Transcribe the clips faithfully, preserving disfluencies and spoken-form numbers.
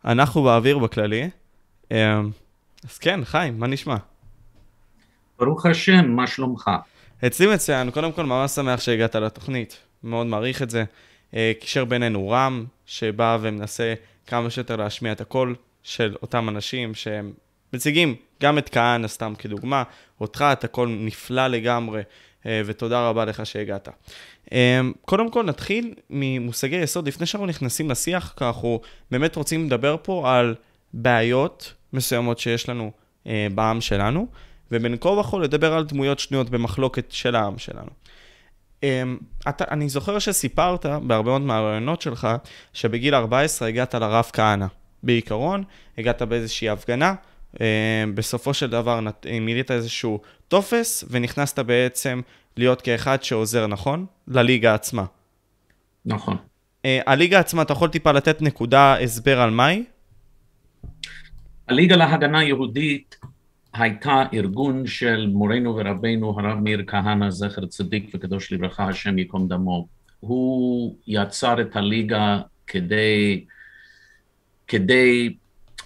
אנחנו באוויר בכללי. אז כן, חיים, מה נשמע? ברוך השם, מה שלומך? אצלי מצוין, קודם כל ממש שמח שהגעת לתוכנית, מאוד מעריך את זה. קישר בינינו רם, שבא ומנסה כמה שיותר להשמיע את הקול של אותם אנשים שהם מציגים גם את כהנא סתם כדוגמה, אותך, את הקול נפלא לגמרי, ותודה רבה לך שהגעת. קודם כל נתחיל ממושגי יסוד, לפני שאנחנו נכנסים לשיח, כי אנחנו באמת רוצים לדבר פה על בעיות מסוימות שיש לנו בעם שלנו, ובין כה וכה לדבר על דמויות שנויות במחלוקת של העם שלנו. אתה, אני זוכר שסיפרת בהרבה מאוד מהרעיונות שלך, שבגיל ארבע עשרה הגעת לרב כהנא. בעיקרון, הגעת באיזושהי הפגנה, בסופו של דבר מילאת איזשהו טופס, ונכנסת בעצם להיות כאחד שעוזר, נכון? לליגה עצמה. נכון. הליגה עצמה, אתה יכול טיפה לתת נקודה הסבר על מהי? הליגה להגנה יהודית הייתה ארגון של מורנו ורבנו הרב מאיר כהנא, זכר צדיק וקדוש לברכה, השם ייקום דמו. הוא יצר את הליגה כדי, כדי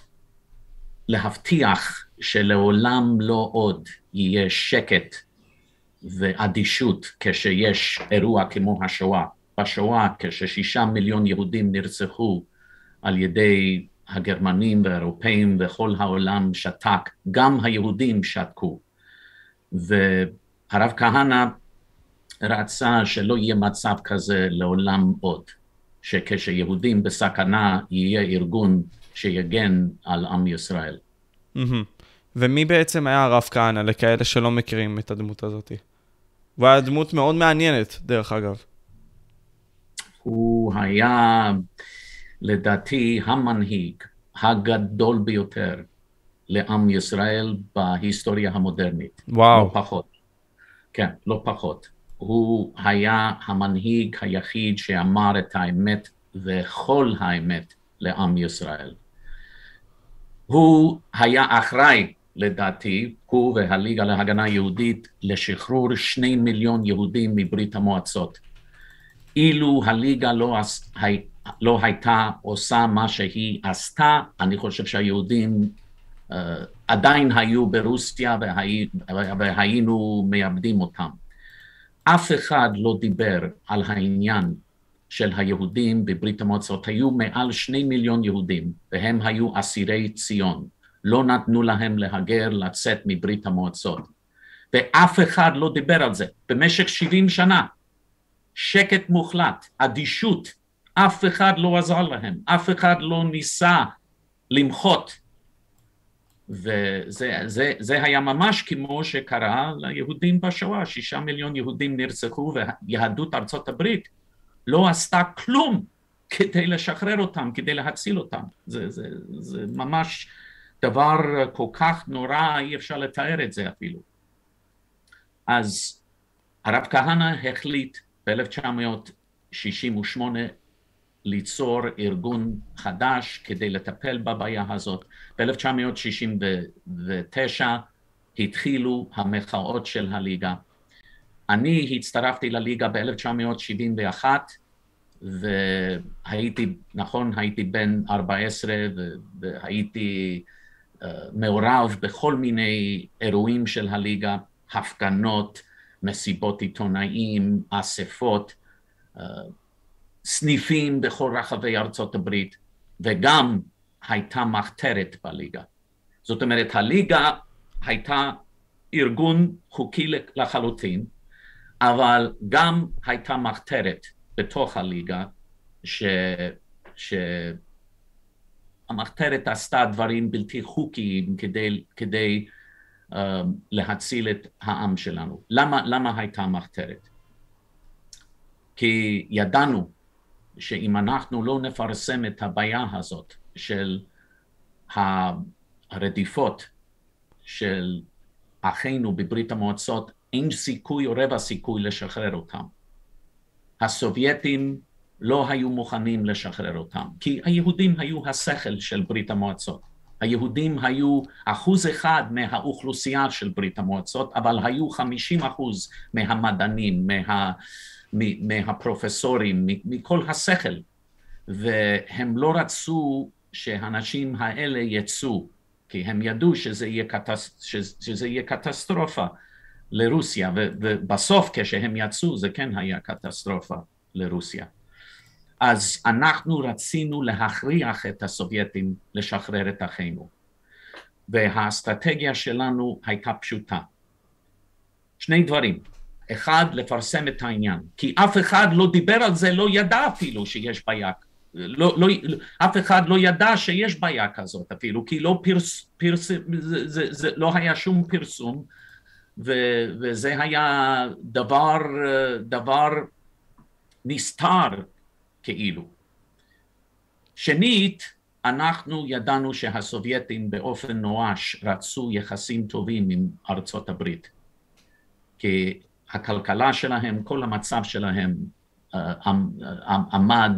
להבטיח שלעולם לא עוד יהיה שקט ואדישות כשיש אירוע כמו השואה. בשואה, כששישה מיליון יהודים נרצחו על ידי הגרמנים והאירופאים וכל העולם שתק, גם היהודים שתקו. והרב כהנא רצה שלא יהיה מצב כזה לעולם עוד, שכשיהודים בסכנה יהיה ארגון שיגן על עם ישראל. ומי בעצם היה הרב כהנא לכאלה שלא מכירים את הדמות הזאת? הוא היה דמות מאוד מעניינת, דרך אגב. הוא היה לדעתי המנהיג הגדול ביותר לעם ישראל בהיסטוריה המודרנית. וואו. לא פחות. כן, לא פחות. הוא היה המנהיג היחיד שאמר את האמת וכל האמת לעם ישראל. הוא היה אחראי, לדעתי, הוא והליגה להגנה יהודית, לשחרור שני מיליון יהודים מברית המועצות. אילו הליגה לא, לא הייתה עושה מה שהיא עשתה, אני חושב שהיהודים uh, עדיין היו ברוסיה והי, והיינו מאבדים אותם. אף אחד לא דיבר על העניין של היהודים בברית המועצות. היו מעל שני מיליון יהודים, והם היו אסירי ציון. לא נתנו להם להגר, לצאת מברית המועצות. ואף אחד לא דיבר על זה. במשך שבעים שנה, שקט מוחלט, אדישות, אף אחד לא עזר להם, אף אחד לא ניסה למחות. וזה זה, זה היה ממש כמו שקרה ליהודים בשואה, שישה מיליון יהודים נרצחו, ויהדות ארצות הברית לא עשתה כלום כדי לשחרר אותם, כדי להציל אותם. זה, זה, זה ממש דבר כל כך נורא, אי אפשר לתאר את זה אפילו. אז הרב כהנא החליט ב-אלף תשע מאות שישים ושמונה ליצור ארגון חדש כדי לטפל בבעיה הזאת. ב-אלף תשע מאות שישים ותשע התחילו המחאות של הליגה. אני הצטרפתי לליגה ב-אלף תשע מאות שבעים ואחת, והייתי, נכון, הייתי בן ארבע עשרה, והייתי uh, מעורב בכל מיני אירועים של הליגה, הפגנות, מסיבות עיתונאים, אספות, uh, סניפים בכל רחבי ארצות הברית, וגם הייתה מחתרת בליגה. זאת אומרת, הליגה הייתה ארגון חוקי לחלוטין, אבל גם הייתה מחתרת בתוך הליגה, ש... שהמחתרת עשתה דברים בלתי חוקיים כדי, כדי uh, להציל את העם שלנו. למה, למה הייתה מחתרת? כי ידענו שאם אנחנו לא נפרסם את הבעיה הזאת של הרדיפות של אחינו בברית המועצות, אין סיכוי או רבע סיכוי לשחרר אותם. הסובייטים לא היו מוכנים לשחרר אותם, כי היהודים היו השכל של ברית המועצות. היהודים היו אחוז אחד מהאוכלוסייה של ברית המועצות, אבל היו חמישים אחוז מהמדענים, מה, מהפרופסורים, מכל השכל, והם לא רצו שהאנשים האלה יצאו, כי הם ידעו שזה יהיה, קטס, שזה יהיה קטסטרופה לרוסיה, ובסוף כשהם יצאו זה כן היה קטסטרופה לרוסיה. אז אנחנו רצינו להכריח את הסובייטים לשחרר את אחינו, והאסטרטגיה שלנו הייתה פשוטה. שני דברים. אחד, לפרסם את העניין, כי אף אחד לא דיבר על זה, לא ידע אפילו שיש בעיה. לא, לא, אף אחד לא ידע שיש בעיה כזאת אפילו, כי לא פרס, פרס, זה, זה, זה לא היה שום פרסום, ו, וזה היה דבר, דבר נסתר כאילו. שנית, אנחנו ידענו שהסובייטים באופן נואש רצו יחסים טובים עם ארצות הברית, כי הכלכלה שלהם, כל המצב שלהם עמד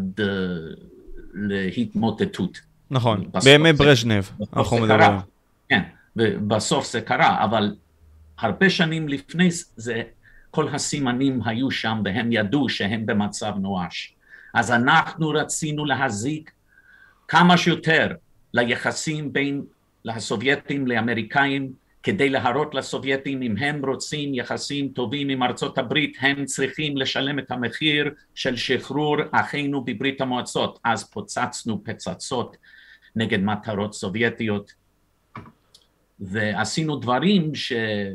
להתמוטטות. נכון, בימי ברז'נייב, אנחנו מדברים. כן, ובסוף זה קרה, אבל הרבה שנים לפני זה, כל הסימנים היו שם, והם ידעו שהם במצב נואש. אז אנחנו רצינו להזיק כמה שיותר ליחסים בין הסובייטים לאמריקאים, כדי להראות לסובייטים אם הם רוצים יחסים טובים עם ארצות הברית, הם צריכים לשלם את המחיר של שחרור אחינו בברית המועצות. אז פוצצנו פצצות נגד מטרות סובייטיות, ועשינו דברים ש...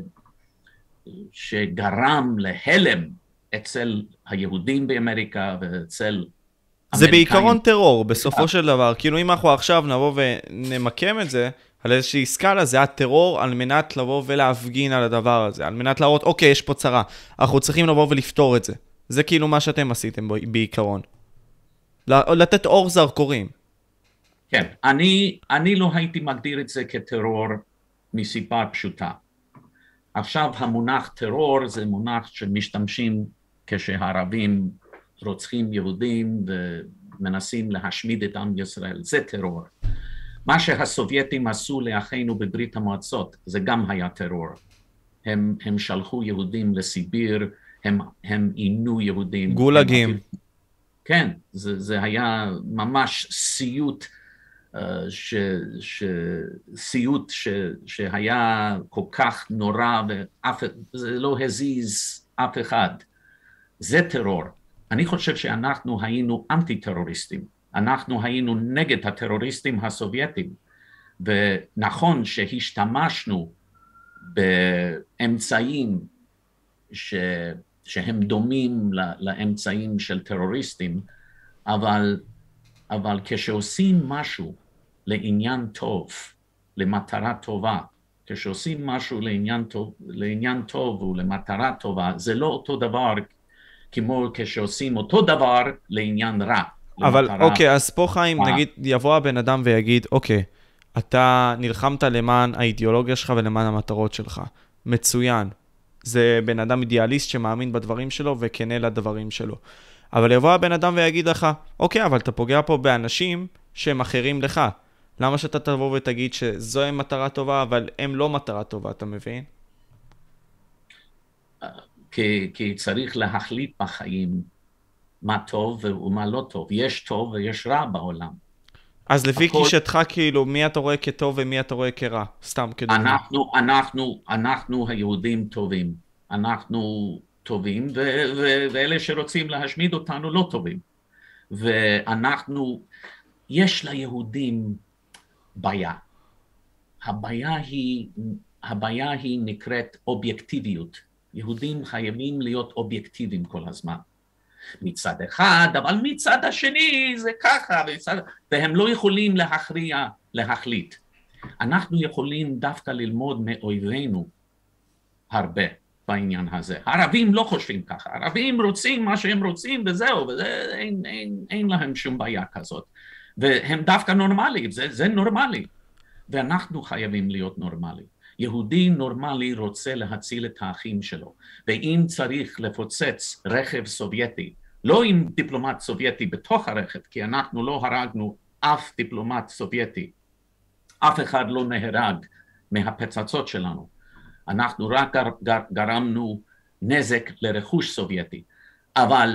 שגרם להלם אצל היהודים באמריקה ואצל זה בעיקרון טרור, בסופו של דבר. כאילו אם אנחנו עכשיו נבוא ונמקם את זה, על איזושהי סקאלה, זה הטרור על מנת לבוא ולהפגין על הדבר הזה, על מנת להראות, אוקיי, יש פה צרה, אנחנו צריכים לבוא ולפתור את זה. זה כאילו מה שאתם עשיתם בעיקרון. לתת אור זרקורים. כן, אני, אני לא הייתי מגדיר את זה כטרור מסיבה פשוטה. עכשיו המונח טרור זה מונח שמשתמשים כשהערבים רוצחים יהודים ומנסים להשמיד את עם ישראל, זה טרור. מה שהסובייטים עשו לאחינו בברית המועצות, זה גם היה טרור. הם, הם שלחו יהודים לסיביר, הם, הם עינו יהודים. גולגים. הם, כן, זה, זה היה ממש סיוט, uh, ש, ש, סיוט ש, שהיה כל כך נורא, ואף, זה לא הזיז אף אחד. זה טרור. אני חושב שאנחנו היינו אנטי-טרוריסטים. אנחנו היינו נגד הטרוריסטים הסובייטים, ונכון שהשתמשנו באמצעים ש... שהם דומים לאמצעים של טרוריסטים, אבל, אבל כשעושים משהו לעניין טוב, למטרה טובה, כשעושים משהו לעניין טוב, לעניין טוב ולמטרה טובה, זה לא אותו דבר כמו כשעושים אותו דבר לעניין רע. אבל אוקיי, אז פה חיים, נגיד, יבוא הבן אדם ויגיד, אוקיי, אתה נלחמת למען האידיאולוגיה שלך ולמען המטרות שלך. מצוין. זה בן אדם אידיאליסט שמאמין בדברים שלו וכנה לדברים שלו. אבל יבוא הבן אדם ויגיד לך, אוקיי, אבל אתה פוגע פה באנשים שהם אחרים לך. למה שאתה תבוא ותגיד שזו מטרה טובה, אבל הם לא מטרה טובה, אתה מבין? כי, כי צריך להחליט בחיים מה טוב ומה לא טוב. יש טוב ויש רע בעולם. אז לפי הכל... גישתך, כאילו, מי אתה רואה כטוב ומי אתה רואה כרע? סתם כדומה. אנחנו, אנחנו, אנחנו היהודים טובים. אנחנו טובים, ו- ו- ואלה שרוצים להשמיד אותנו לא טובים. ואנחנו, יש ליהודים בעיה. הבעיה היא, הבעיה היא נקראת אובייקטיביות. יהודים חייבים להיות אובייקטיביים כל הזמן. מצד אחד, אבל מצד השני זה ככה, מצד... והם לא יכולים להכריע, להחליט. אנחנו יכולים דווקא ללמוד מאויבינו הרבה בעניין הזה. הערבים לא חושבים ככה, הערבים רוצים מה שהם רוצים וזהו, ואין אין, אין להם שום בעיה כזאת. והם דווקא נורמליים, זה, זה נורמלי. ואנחנו חייבים להיות נורמליים. יהודי נורמלי רוצה להציל את האחים שלו, ואם צריך לפוצץ רכב סובייטי, לא עם דיפלומט סובייטי בתוך הרכב, כי אנחנו לא הרגנו אף דיפלומט סובייטי, אף אחד לא נהרג מהפצצות שלנו, אנחנו רק גר, גר, גרמנו נזק לרכוש סובייטי, אבל,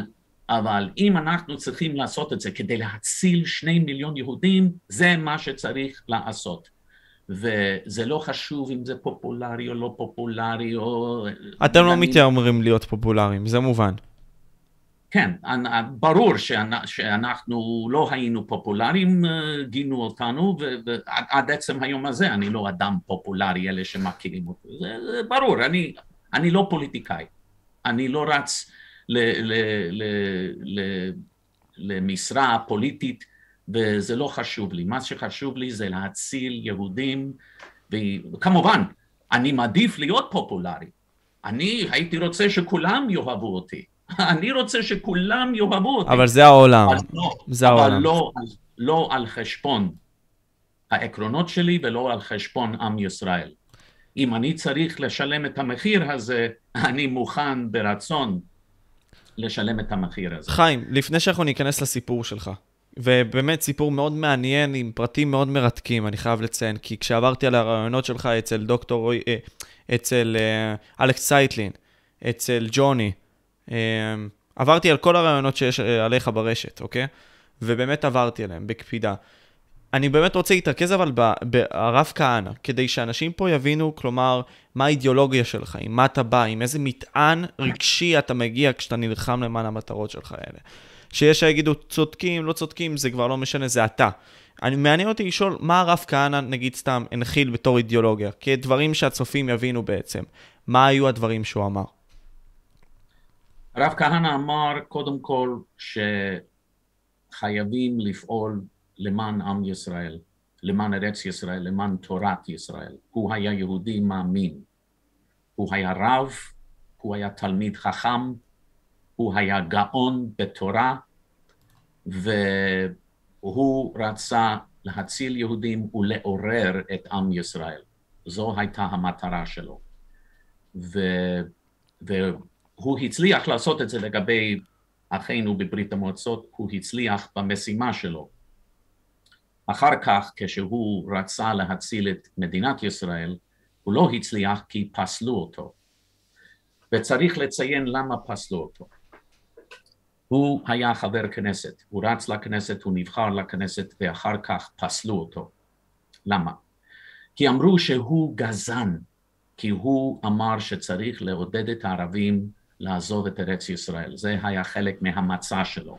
אבל אם אנחנו צריכים לעשות את זה כדי להציל שני מיליון יהודים, זה מה שצריך לעשות. וזה לא חשוב אם זה פופולרי או לא פופולרי או... אתם לא מתיימרים להיות פופולריים, זה מובן. כן, ברור שאנחנו לא היינו פופולריים, גינו אותנו, ועד עצם היום הזה אני לא אדם פופולרי, אלה שמכירים אותו. זה ברור, אני, אני לא פוליטיקאי. אני לא רץ ל, ל, ל, ל, למשרה פוליטית, וזה לא חשוב לי. מה שחשוב לי זה להציל יהודים, וכמובן, אני מעדיף להיות פופולרי. אני הייתי רוצה שכולם יאהבו אותי. אני רוצה שכולם יאהבו אותי. אבל זה העולם. אבל לא, זה אבל העולם. לא, לא על חשבון העקרונות שלי ולא על חשבון עם ישראל. אם אני צריך לשלם את המחיר הזה, אני מוכן ברצון לשלם את המחיר הזה. חיים, לפני שאנחנו ניכנס לסיפור שלך, ובאמת סיפור מאוד מעניין עם פרטים מאוד מרתקים, אני חייב לציין, כי כשעברתי על הרעיונות שלך אצל דוקטור רוי, אצל אלכס צייטלין, אצל ג'וני, עברתי על כל הרעיונות שיש עליך ברשת, אוקיי? ובאמת עברתי עליהם בקפידה. אני באמת רוצה להתרכז אבל ברב כהנא, כדי שאנשים פה יבינו, כלומר, מה האידיאולוגיה שלך, עם מה אתה בא, עם איזה מטען רגשי אתה מגיע כשאתה נלחם למען המטרות שלך האלה. שיש שיגידו צודקים, לא צודקים, זה כבר לא משנה, זה אתה. אני מעניין אותי לשאול, מה הרב כהנא, נגיד סתם, הנחיל בתור אידיאולוגיה, כדברים שהצופים יבינו בעצם. מה היו הדברים שהוא אמר? הרב כהנא אמר, קודם כל, שחייבים לפעול למען עם ישראל, למען ארץ ישראל, למען תורת ישראל. הוא היה יהודי מאמין. הוא היה רב, הוא היה תלמיד חכם, הוא היה גאון בתורה, והוא רצה להציל יהודים ולעורר את עם ישראל. זו הייתה המטרה שלו. ו... והוא הצליח לעשות את זה לגבי אחינו בברית המועצות, הוא הצליח במשימה שלו. אחר כך, כשהוא רצה להציל את מדינת ישראל, הוא לא הצליח כי פסלו אותו. וצריך לציין למה פסלו אותו. הוא היה חבר כנסת, הוא רץ לכנסת, הוא נבחר לכנסת, ואחר כך פסלו אותו. למה? כי אמרו שהוא גזען, כי הוא אמר שצריך לעודד את הערבים לעזוב את ארץ ישראל. זה היה חלק מהמצע שלו.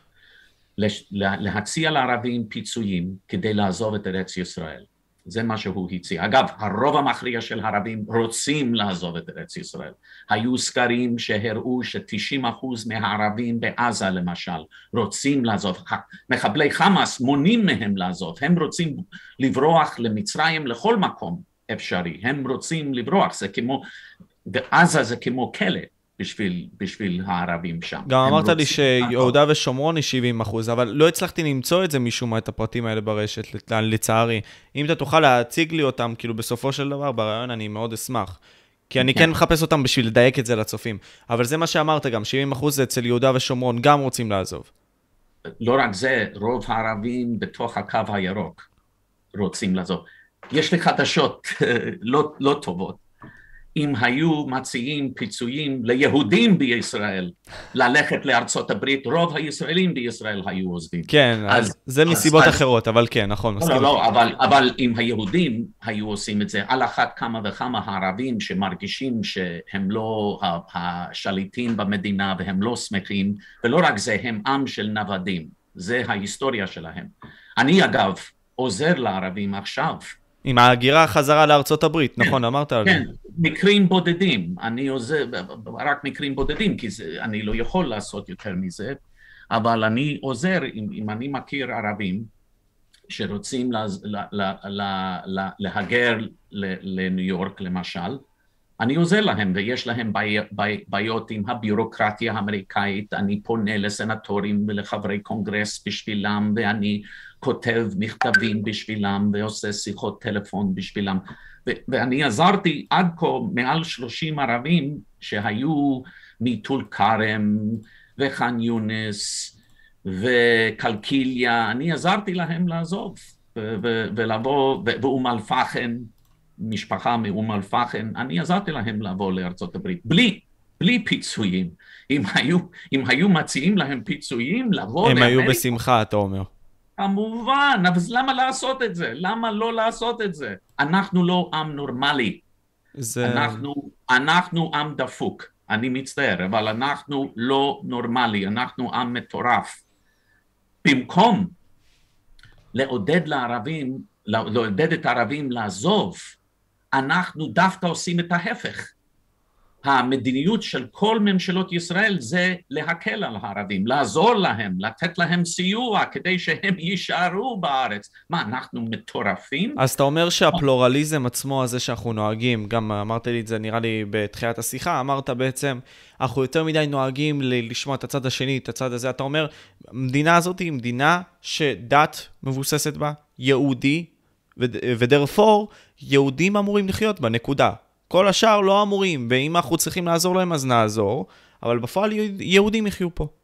להציע לערבים פיצויים כדי לעזוב את ארץ ישראל. זה מה שהוא הציע. אגב, הרוב המכריע של הערבים רוצים לעזוב את ארץ ישראל. היו סקרים שהראו ש-תשעים אחוז מהערבים בעזה למשל רוצים לעזוב. מחבלי חמאס מונעים מהם לעזוב. הם רוצים לברוח למצרים לכל מקום אפשרי. הם רוצים לברוח. זה כמו, בעזה זה כמו כלא. בשביל, בשביל הערבים שם. גם אמרת לי שיהודה ושומרון היא שבעים אחוז, אבל לא הצלחתי למצוא את זה משום מה, את הפרטים האלה ברשת, לצערי. אם אתה תוכל להציג לי אותם, כאילו בסופו של דבר, ברעיון אני מאוד אשמח. כי אני כן מחפש אותם בשביל לדייק את זה לצופים. אבל זה מה שאמרת גם, שבעים אחוז זה אצל יהודה ושומרון, גם רוצים לעזוב. לא רק זה, רוב הערבים בתוך הקו הירוק רוצים לעזוב. יש לי חדשות לא, לא טובות. אם היו מציעים פיצויים ליהודים בישראל ללכת לארצות הברית, רוב הישראלים בישראל היו עוזבים. כן, אז, זה מסיבות אז, אחרות, אבל כן, נכון. לא, לא, אבל, אבל אם היהודים היו עושים את זה, על אחת כמה וכמה הערבים שמרגישים שהם לא השליטים במדינה והם לא שמחים, ולא רק זה, הם עם של נוודים. זה ההיסטוריה שלהם. אני אגב עוזר לערבים עכשיו, עם ההגירה חזרה לארצות הברית, נכון, אמרת על זה. כן, מקרים בודדים, אני עוזר, רק מקרים בודדים, כי זה, אני לא יכול לעשות יותר מזה, אבל אני עוזר, אם, אם אני מכיר ערבים שרוצים לה, לה, לה, לה, לה, להגר לניו יורק למשל, אני עוזר להם, ויש להם בעי, בעי, בעיות עם הביורוקרטיה האמריקאית, אני פונה לסנטורים ולחברי קונגרס בשבילם, ואני כותב מכתבים בשבילם, ועושה שיחות טלפון בשבילם, ו- ואני עזרתי עד כה מעל שלושים ערבים שהיו מטול כרם, וח'אן יונס, וקלקיליה, אני עזרתי להם לעזוב, ו- ו- ולבוא, ואום אל-פחם, משפחה מאום אל-פחם, אני עזרתי להם לבוא לארצות הברית, בלי, בלי פיצויים. אם היו, אם היו מציעים להם פיצויים, לבוא הם לאמריקה, היו בשמחה, אתה אומר. כמובן, אבל למה לעשות את זה? למה לא לעשות את זה? אנחנו לא עם נורמלי. זה... אנחנו, אנחנו עם דפוק. אני מצטער, אבל אנחנו לא נורמלי, אנחנו עם מטורף. במקום לעודד לערבים, לעודד את הערבים לעזוב, אנחנו דווקא עושים את ההפך. המדיניות של כל ממשלות ישראל זה להקל על הערבים, לעזור להם, לתת להם סיוע כדי שהם יישארו בארץ. מה, אנחנו מטורפים? אז אתה אומר שהפלורליזם עצמו הזה שאנחנו נוהגים, גם אמרת לי את זה נראה לי בתחילת השיחה, אמרת בעצם, אנחנו יותר מדי נוהגים לשמוע את הצד השני, את הצד הזה, אתה אומר, המדינה הזאת היא מדינה שדת מבוססת בה, יהודי, ודרפור, יהודים אמורים לחיות בה, נקודה. כל השאר לא אמורים, ואם אנחנו צריכים לעזור להם אז נעזור, אבל בפועל יהודים יחיו פה.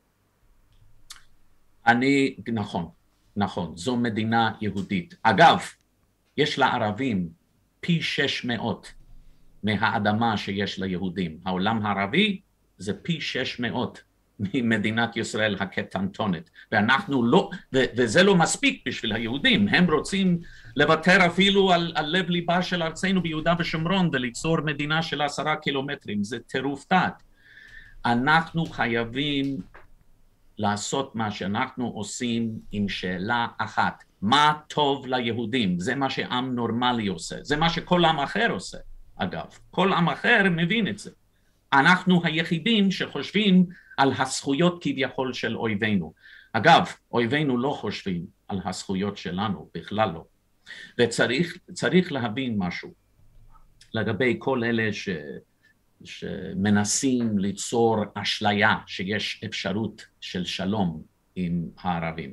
אני, נכון, נכון, זו מדינה יהודית. אגב, יש לערבים פי שש מאות מהאדמה שיש ליהודים. העולם הערבי זה פי שש מאות ממדינת ישראל הקטנטונת. ואנחנו לא, ו- וזה לא מספיק בשביל היהודים, הם רוצים לוותר אפילו על, על לב ליבה של ארצנו ביהודה ושומרון וליצור מדינה של עשרה קילומטרים, זה טירוף דעת. אנחנו חייבים לעשות מה שאנחנו עושים עם שאלה אחת, מה טוב ליהודים? זה מה שעם נורמלי עושה, זה מה שכל עם אחר עושה, אגב, כל עם אחר מבין את זה. אנחנו היחידים שחושבים על הזכויות כביכול של אויבינו. אגב, אויבינו לא חושבים על הזכויות שלנו, בכלל לא. וצריך צריך להבין משהו לגבי כל אלה ש, שמנסים ליצור אשליה שיש אפשרות של שלום עם הערבים.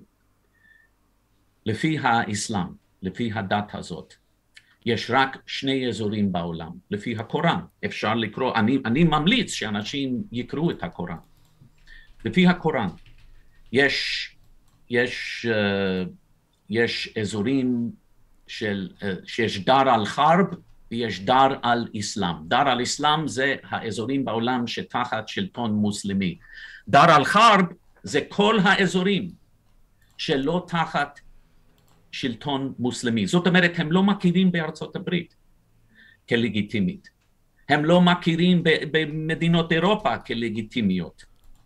לפי האסלאם, לפי הדת הזאת, יש רק שני אזורים בעולם, לפי הקוראן. אפשר לקרוא, אני, אני ממליץ שאנשים יקראו את הקוראן. לפי הקוראן, יש, יש, uh, יש אזורים של, uh, שיש דר על חרב ויש דר על אסלאם. דר על אסלאם זה האזורים בעולם שתחת שלטון מוסלמי. דר על חרב זה כל האזורים שלא תחת שלטון מוסלמי. זאת אומרת, הם לא מכירים בארצות הברית כלגיטימית. הם לא מכירים במדינות אירופה כלגיטימיות.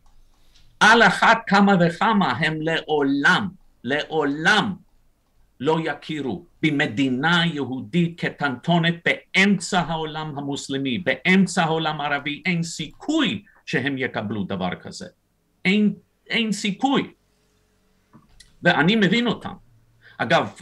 על אחת כמה וכמה הם לעולם, לעולם לא יכירו במדינה יהודית קטנטונת באמצע העולם המוסלמי, באמצע העולם הערבי. אין סיכוי שהם יקבלו דבר כזה. אין, אין סיכוי. ואני מבין אותם. אגב,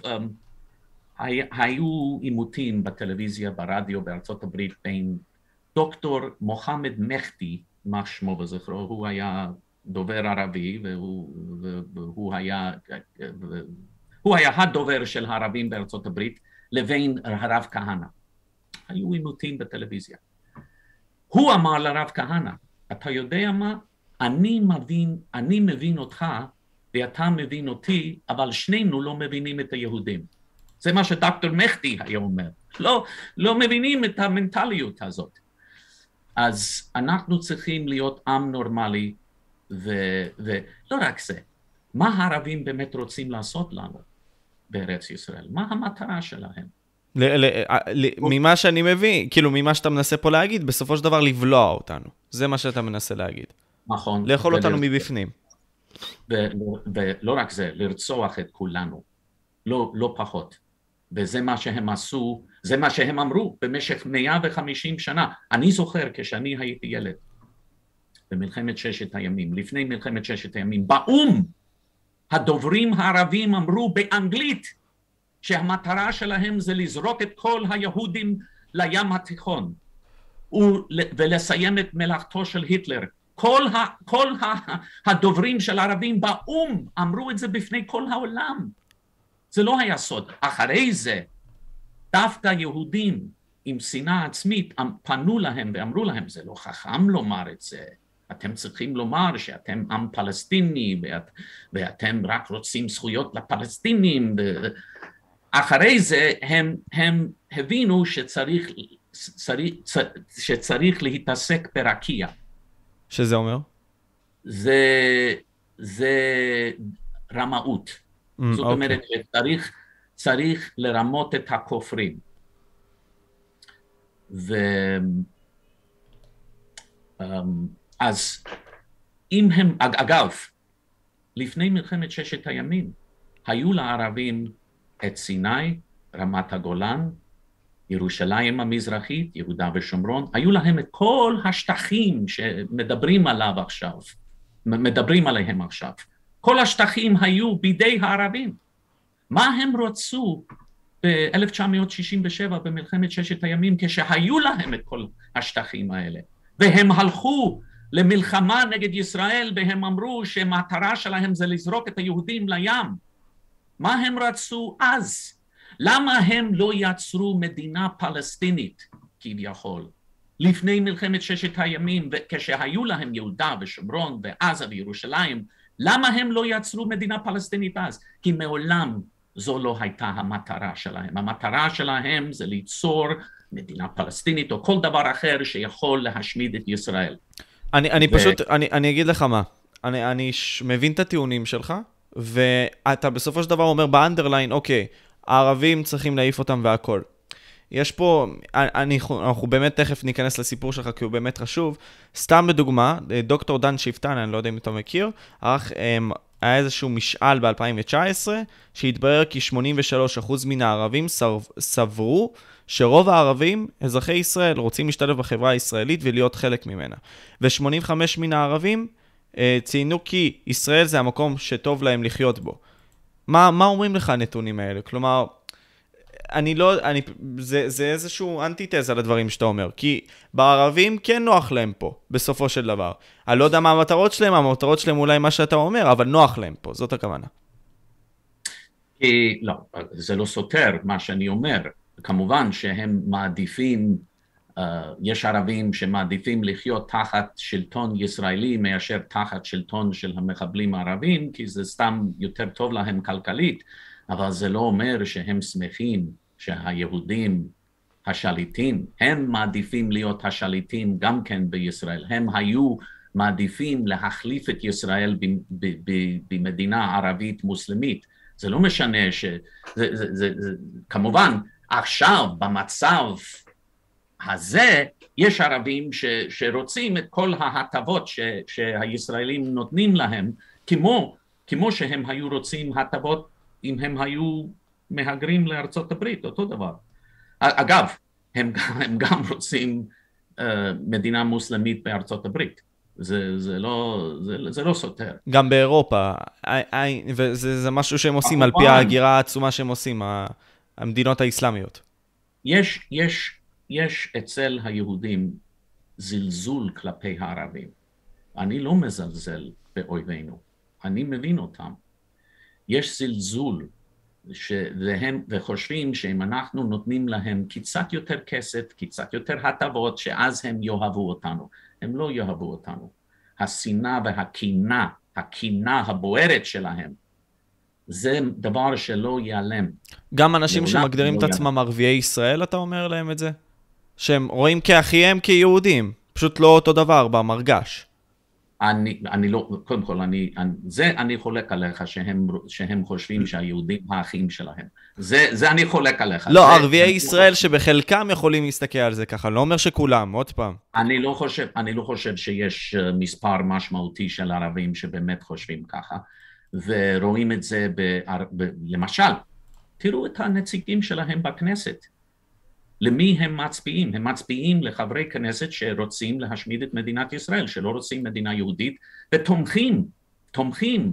היו עימותים בטלוויזיה, ברדיו, בארצות הברית, בין דוקטור מוחמד מחדי, מה שמו בזכרו, הוא היה דובר ערבי, והוא, והוא היה, הוא היה הדובר של הערבים בארצות הברית, לבין הרב כהנא. היו עימותים בטלוויזיה. הוא אמר לרב כהנא, אתה יודע מה? אני מבין, אני מבין אותך, ואתה מבין אותי, אבל שנינו לא מבינים את היהודים. זה מה שדוקטור מחדי היה אומר. לא, לא מבינים את המנטליות הזאת. אז אנחנו צריכים להיות עם נורמלי, ו- ולא רק זה. מה הערבים באמת רוצים לעשות לנו בארץ ישראל? מה המטרה שלהם? ל- ל- ל- ממה שאני מבין, כאילו ממה שאתה מנסה פה להגיד, בסופו של דבר לבלוע אותנו. זה מה שאתה מנסה להגיד. נכון. לאכול אותנו מבפנים. ולא רק זה, לרצוח את כולנו, לא, לא פחות. וזה מה שהם עשו, זה מה שהם אמרו במשך מאה וחמישים שנה. אני זוכר כשאני הייתי ילד, במלחמת ששת הימים, לפני מלחמת ששת הימים, באום, הדוברים הערבים אמרו באנגלית, שהמטרה שלהם זה לזרוק את כל היהודים לים התיכון, ולסיים את מלאכתו של היטלר. כל, ה, כל ה, הדוברים של הערבים באום אמרו את זה בפני כל העולם. זה לא היה סוד. אחרי זה, דווקא יהודים עם שנאה עצמית פנו להם ואמרו להם, זה לא חכם לומר את זה. אתם צריכים לומר שאתם עם פלסטיני, ואת, ואתם רק רוצים זכויות לפלסטינים. אחרי זה הם, הם הבינו שצריך, צריך, שצריך להתעסק ברקיע. שזה אומר? זה, זה רמאות. Mm, זאת okay. אומרת שצריך צריך לרמות את הכופרים. ו... אז אם הם, אגב, לפני מלחמת ששת הימים, היו לערבים את סיני, רמת הגולן, ירושלים המזרחית, יהודה ושומרון, היו להם את כל השטחים שמדברים עליו עכשיו, מדברים עליהם עכשיו. כל השטחים היו בידי הערבים. מה הם רצו ב-אלף תשע מאות שישים ושבע במלחמת ששת הימים כשהיו להם את כל השטחים האלה? והם הלכו למלחמה נגד ישראל והם אמרו שהמטרה שלהם זה לזרוק את היהודים לים. מה הם רצו אז? למה הם לא יצרו מדינה פלסטינית כביכול? לפני מלחמת ששת הימים, כשהיו להם יהודה ושומרון ועזה וירושלים, למה הם לא יצרו מדינה פלסטינית אז? כי מעולם זו לא הייתה המטרה שלהם. המטרה שלהם זה ליצור מדינה פלסטינית או כל דבר אחר שיכול להשמיד את ישראל. אני, אני ו... פשוט, אני, אני אגיד לך מה, אני, אני מבין את הטיעונים שלך, ואתה בסופו של דבר אומר באנדרליין, אוקיי, הערבים צריכים להעיף אותם והכל. יש פה, אני, אנחנו באמת תכף ניכנס לסיפור שלך, כי הוא באמת חשוב. סתם בדוגמה, דוקטור דן שיפטן, אני לא יודע אם אתה מכיר, אך היה איזשהו משאל ב-אלפיים תשע עשרה, שהתברר כי שמונים ושלושה אחוז מן הערבים סברו, שרוב הערבים, אזרחי ישראל, רוצים להשתלב בחברה הישראלית ולהיות חלק ממנה. ו-שמונים וחמישה מן הערבים ציינו כי ישראל זה המקום שטוב להם לחיות בו. מה, מה אומרים לך הנתונים האלה? כלומר, אני לא, אני, זה, זה איזשהו אנטיתזה לדברים שאתה אומר, כי בערבים כן נוח להם פה, בסופו של דבר. אני לא יודע מה המטרות שלהם, המטרות שלהם אולי מה שאתה אומר, אבל נוח להם פה, זאת הכוונה. כי, לא, זה לא סותר מה שאני אומר. כמובן שהם מעדיפים, uh, יש ערבים שמעדיפים לחיות תחת שלטון ישראלי מאשר תחת שלטון של המחבלים הערבים, כי זה סתם יותר טוב להם כלכלית, אבל זה לא אומר שהם שמחים שהיהודים השליטים, הם מעדיפים להיות השליטים גם כן בישראל. הם היו מעדיפים להחליף את ישראל במדינה ערבית מוסלמית. זה לא משנה ש... זה, זה, זה, זה, כמובן, עכשיו במצב הזה יש ערבים ש, שרוצים את כל ההטבות ש, שהישראלים נותנים להם, כמו, כמו שהם היו רוצים הטבות אם הם היו מהגרים לארצות הברית, אותו דבר. אגב, הם, הם גם רוצים uh, מדינה מוסלמית בארצות הברית. זה, זה, לא, זה, זה לא סותר. גם באירופה, וזה זה משהו שהם עושים על פי ההגירה העצומה שהם עושים, המדינות האסלאמיות. יש, יש, יש אצל היהודים זלזול כלפי הערבים. אני לא מזלזל באויבינו, אני מבין אותם. יש זלזול, והם, וחושבים שאם אנחנו נותנים להם קצת יותר כסף, קצת יותר הטבות, שאז הם יאהבו אותנו. הם לא יאהבו אותנו. השנאה והקינה, הקינה הבוערת שלהם, זה דבר שלא ייעלם. גם אנשים שמגדירים את עצמם ערביי ישראל, אתה אומר להם את זה? שהם רואים כאחיהם כיהודים, פשוט לא אותו דבר במרגש. אני, אני לא, קודם כל, אני, אני, זה אני חולק עליך שהם, שהם חושבים שהיהודים האחים שלהם. זה, זה אני חולק עליך. לא, זה, ערביי ישראל שבחלקם יכולים להסתכל על זה ככה, לא אומר שכולם, עוד פעם. אני לא חושב, אני לא חושב שיש מספר משמעותי של ערבים שבאמת חושבים ככה, ורואים את זה ב, ב, למשל, תראו את הנציגים שלהם בכנסת. למי הם מצביעים? הם מצביעים לחברי כנסת שרוצים להשמיד את מדינת ישראל, שלא רוצים מדינה יהודית, ותומכים, תומכים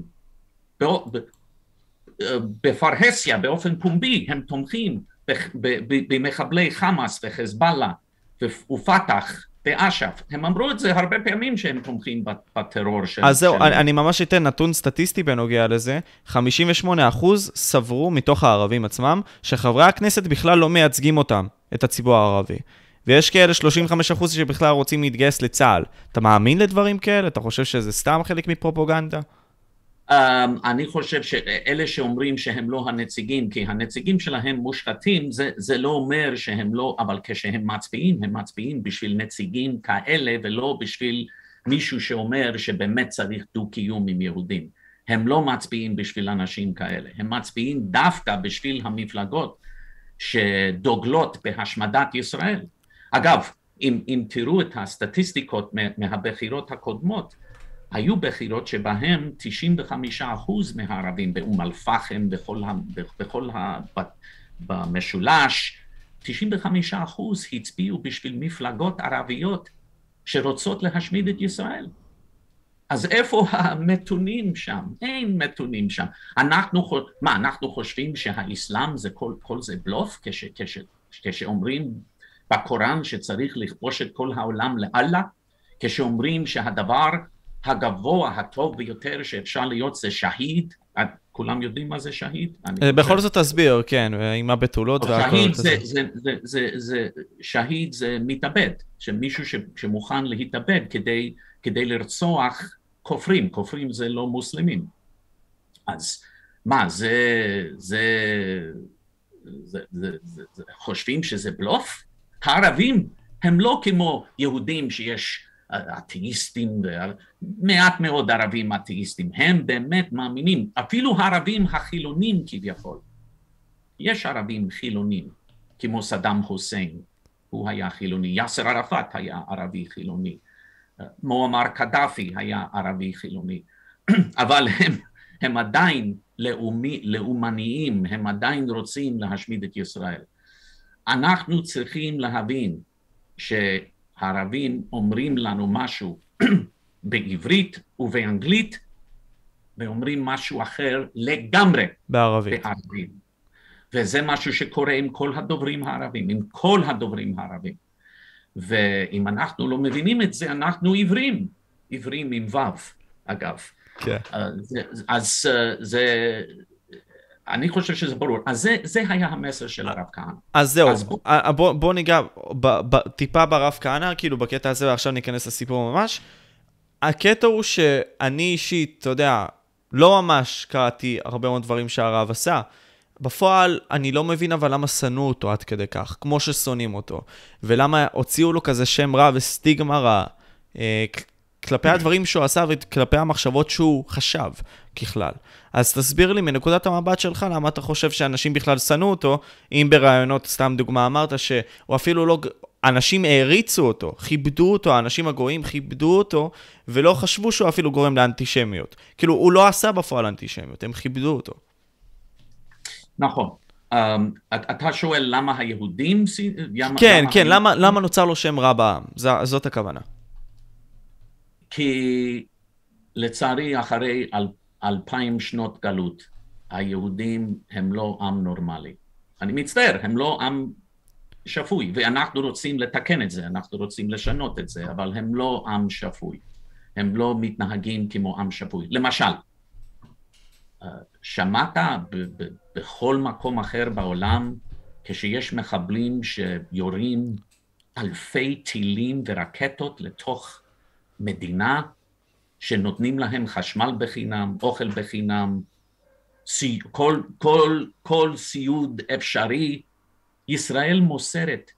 בפרהסיה, באופן פומבי, הם תומכים במחבלי חמאס וחזבאללה ופתח ואש"ף. הם אמרו את זה הרבה פעמים שהם תומכים בטרור של... אז זהו, אני ממש אתן נתון סטטיסטי בנוגע לזה. חמישים ושמונה אחוז סברו מתוך הערבים עצמם שחברי הכנסת בכלל לא מייצגים אותם, את הציבור הערבי. ויש כאלה שלושים וחמישה אחוז שבכלל רוצים להתגייס לצה"ל. אתה מאמין לדברים כאלה? אתה חושב שזה סתם חלק מפרופוגנדה? Um, אני חושב שאלה שאומרים שהם לא הנציגים, כי הנציגים שלהם מושחתים, זה, זה לא אומר שהם לא, אבל כשהם מצביעים, הם מצביעים בשביל נציגים כאלה, ולא בשביל מישהו שאומר שבאמת צריך דו-קיום עם יהודים. הם לא מצביעים בשביל אנשים כאלה, הם מצביעים דווקא בשביל המפלגות שדוגלות בהשמדת ישראל. אגב, אם, אם תראו את הסטטיסטיקות מהבחירות הקודמות, היו בחירות שבהם תשעים וחמישה אחוז מהערבים באום אל-פחם, בכל, ה, בכל ה, במשולש, תשעים וחמישה אחוז הצביעו בשביל מפלגות ערביות שרוצות להשמיד את ישראל. אז איפה המתונים שם? אין מתונים שם. אנחנו, מה, אנחנו חושבים שהאסלאם זה כל, כל זה בלוף, כש, כש, כשאומרים בקוראן שצריך לכבוש את כל העולם לאללה, כשאומרים שהדבר הגבוה, הטוב ביותר שאפשר להיות זה שהיד, כולם יודעים מה זה שהיד? בכל זאת תסביר, כן, עם הבתולות והכל. שהיד זה, זה, זה, זה, זה, שהיד זה מתאבד, שמישהו שמוכן להתאבד כדי, כדי לרצוח כופרים, כופרים זה לא מוסלמים. אז מה, זה, זה, זה, זה, זה, זה חושבים שזה בלוף? הערבים הם לא כמו יהודים שיש אתאיסטים, מעט מאוד ערבים אתאיסטים, הם באמת מאמינים, אפילו הערבים החילונים כביכול. יש ערבים חילונים, כמו סדאם חוסיין, הוא היה חילוני, יאסר ערפאת היה ערבי חילוני, מועמר קדאפי היה ערבי חילוני, אבל הם, הם עדיין לאומי, לאומניים, הם עדיין רוצים להשמיד את ישראל. אנחנו צריכים להבין שהערבים אומרים לנו משהו בעברית ובאנגלית, ואומרים משהו אחר לגמרי בערבית. בערבית. וזה משהו שקורה עם כל הדוברים הערבים, עם כל הדוברים הערבים. ואם אנחנו לא מבינים את זה, אנחנו עיוורים, עיוורים עם וו, אגב. כן. אז זה... אני חושב שזה ברור. אז זה, זה היה המסר של הרב כהנא. אז זהו, אז בוא... בוא, בוא ניגע ב, ב, טיפה ברב כהנא, כאילו בקטע הזה, ועכשיו ניכנס לסיפור ממש. הקטע הוא שאני אישית, אתה יודע, לא ממש קראתי הרבה מאוד דברים שהרב עשה. בפועל, אני לא מבין אבל למה שנאו אותו עד כדי כך, כמו ששונאים אותו. ולמה הוציאו לו כזה שם רע וסטיגמה רע, אה, כלפי הדברים שהוא עשה וכלפי המחשבות שהוא חשב ככלל. אז תסביר לי מנקודת המבט שלך למה אתה חושב שאנשים בכלל שנאו אותו, אם ברעיונות, סתם דוגמה, אמרת שהוא אפילו לא, אנשים העריצו אותו, כיבדו אותו, האנשים הגויים כיבדו אותו, ולא חשבו שהוא אפילו גורם לאנטישמיות. כאילו, הוא לא עשה בפועל אנטישמיות, הם כיבדו אותו. נכון. Um, אתה שואל למה היהודים... כן, למה כן, למה, למה נוצר לו שם רע בעם? ז, זאת הכוונה. כי לצערי אחרי אל, אלפיים שנות גלות, היהודים הם לא עם נורמלי. אני מצטער, הם לא עם שפוי, ואנחנו רוצים לתקן את זה, אנחנו רוצים לשנות את זה, אבל הם לא עם שפוי. הם לא מתנהגים כמו עם שפוי. למשל, שמעת ב- ב- בכל מקום אחר בעולם, כשיש מחבלים שיורים אלפי טילים ורקטות לתוך מדינה, שנותנים להם חשמל בחינם, אוכל בחינם, סי, כל, כל, כל סיוד אפשרי, ישראל מוסרת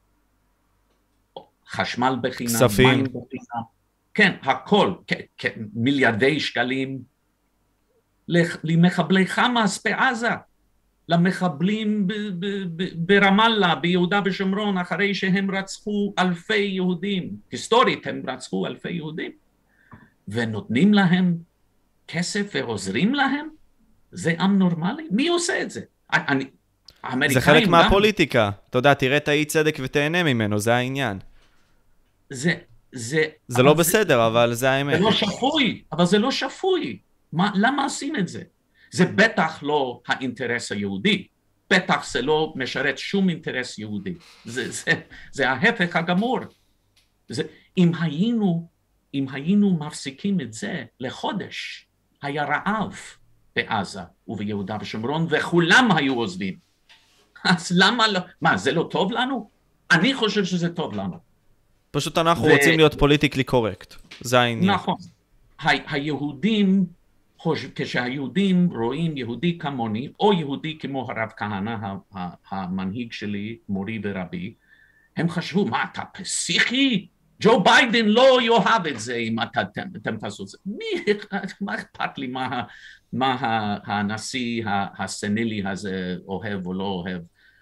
חשמל בחינם, כספים. מים בחינם, כן, הכל, כ- כ- מיליארדי שקלים, למחבלי חמאס בעזה, למחבלים ב- ב- ב- ברמאללה, ביהודה ושומרון, אחרי שהם רצחו אלפי יהודים, היסטורית הם רצחו אלפי יהודים, ונותנים להם כסף ועוזרים להם? זה עם נורמלי? מי עושה את זה? אני, זה חלק מהפוליטיקה. אתה יודע, תראה את האי צדק ותהנה ממנו, זה העניין. זה, זה... זה לא בסדר, אבל זה האמת. זה לא שפוי, אבל זה לא שפוי. מה, למה עושים את זה? זה בטח לא האינטרס היהודי. בטח זה לא משרת שום אינטרס יהודי. זה, זה, זה ההפך הגמור. זה, אם היינו, אם היינו מפסיקים את זה לחודש, היה רעב בעזה וביהודה ושומרון, וכולם היו עוזבים. אז למה לא? מה, זה לא טוב לנו? אני חושב שזה טוב לנו. פשוט אנחנו ו... רוצים להיות פוליטיקלי קורקט. זה העניין. נכון. ה- היהודים, כשהיהודים רואים יהודי כמוני, או יהודי כמו הרב כהנא, המנהיג שלי, מורי ורבי, הם חשבו, מה, אתה פסיכי? ג'ו ביידן לא יאהב את זה אם אתם, אתם תעשו את זה. מי, מה אכפת לי מה, מה הנשיא הסנילי הזה אוהב או לא אוהב?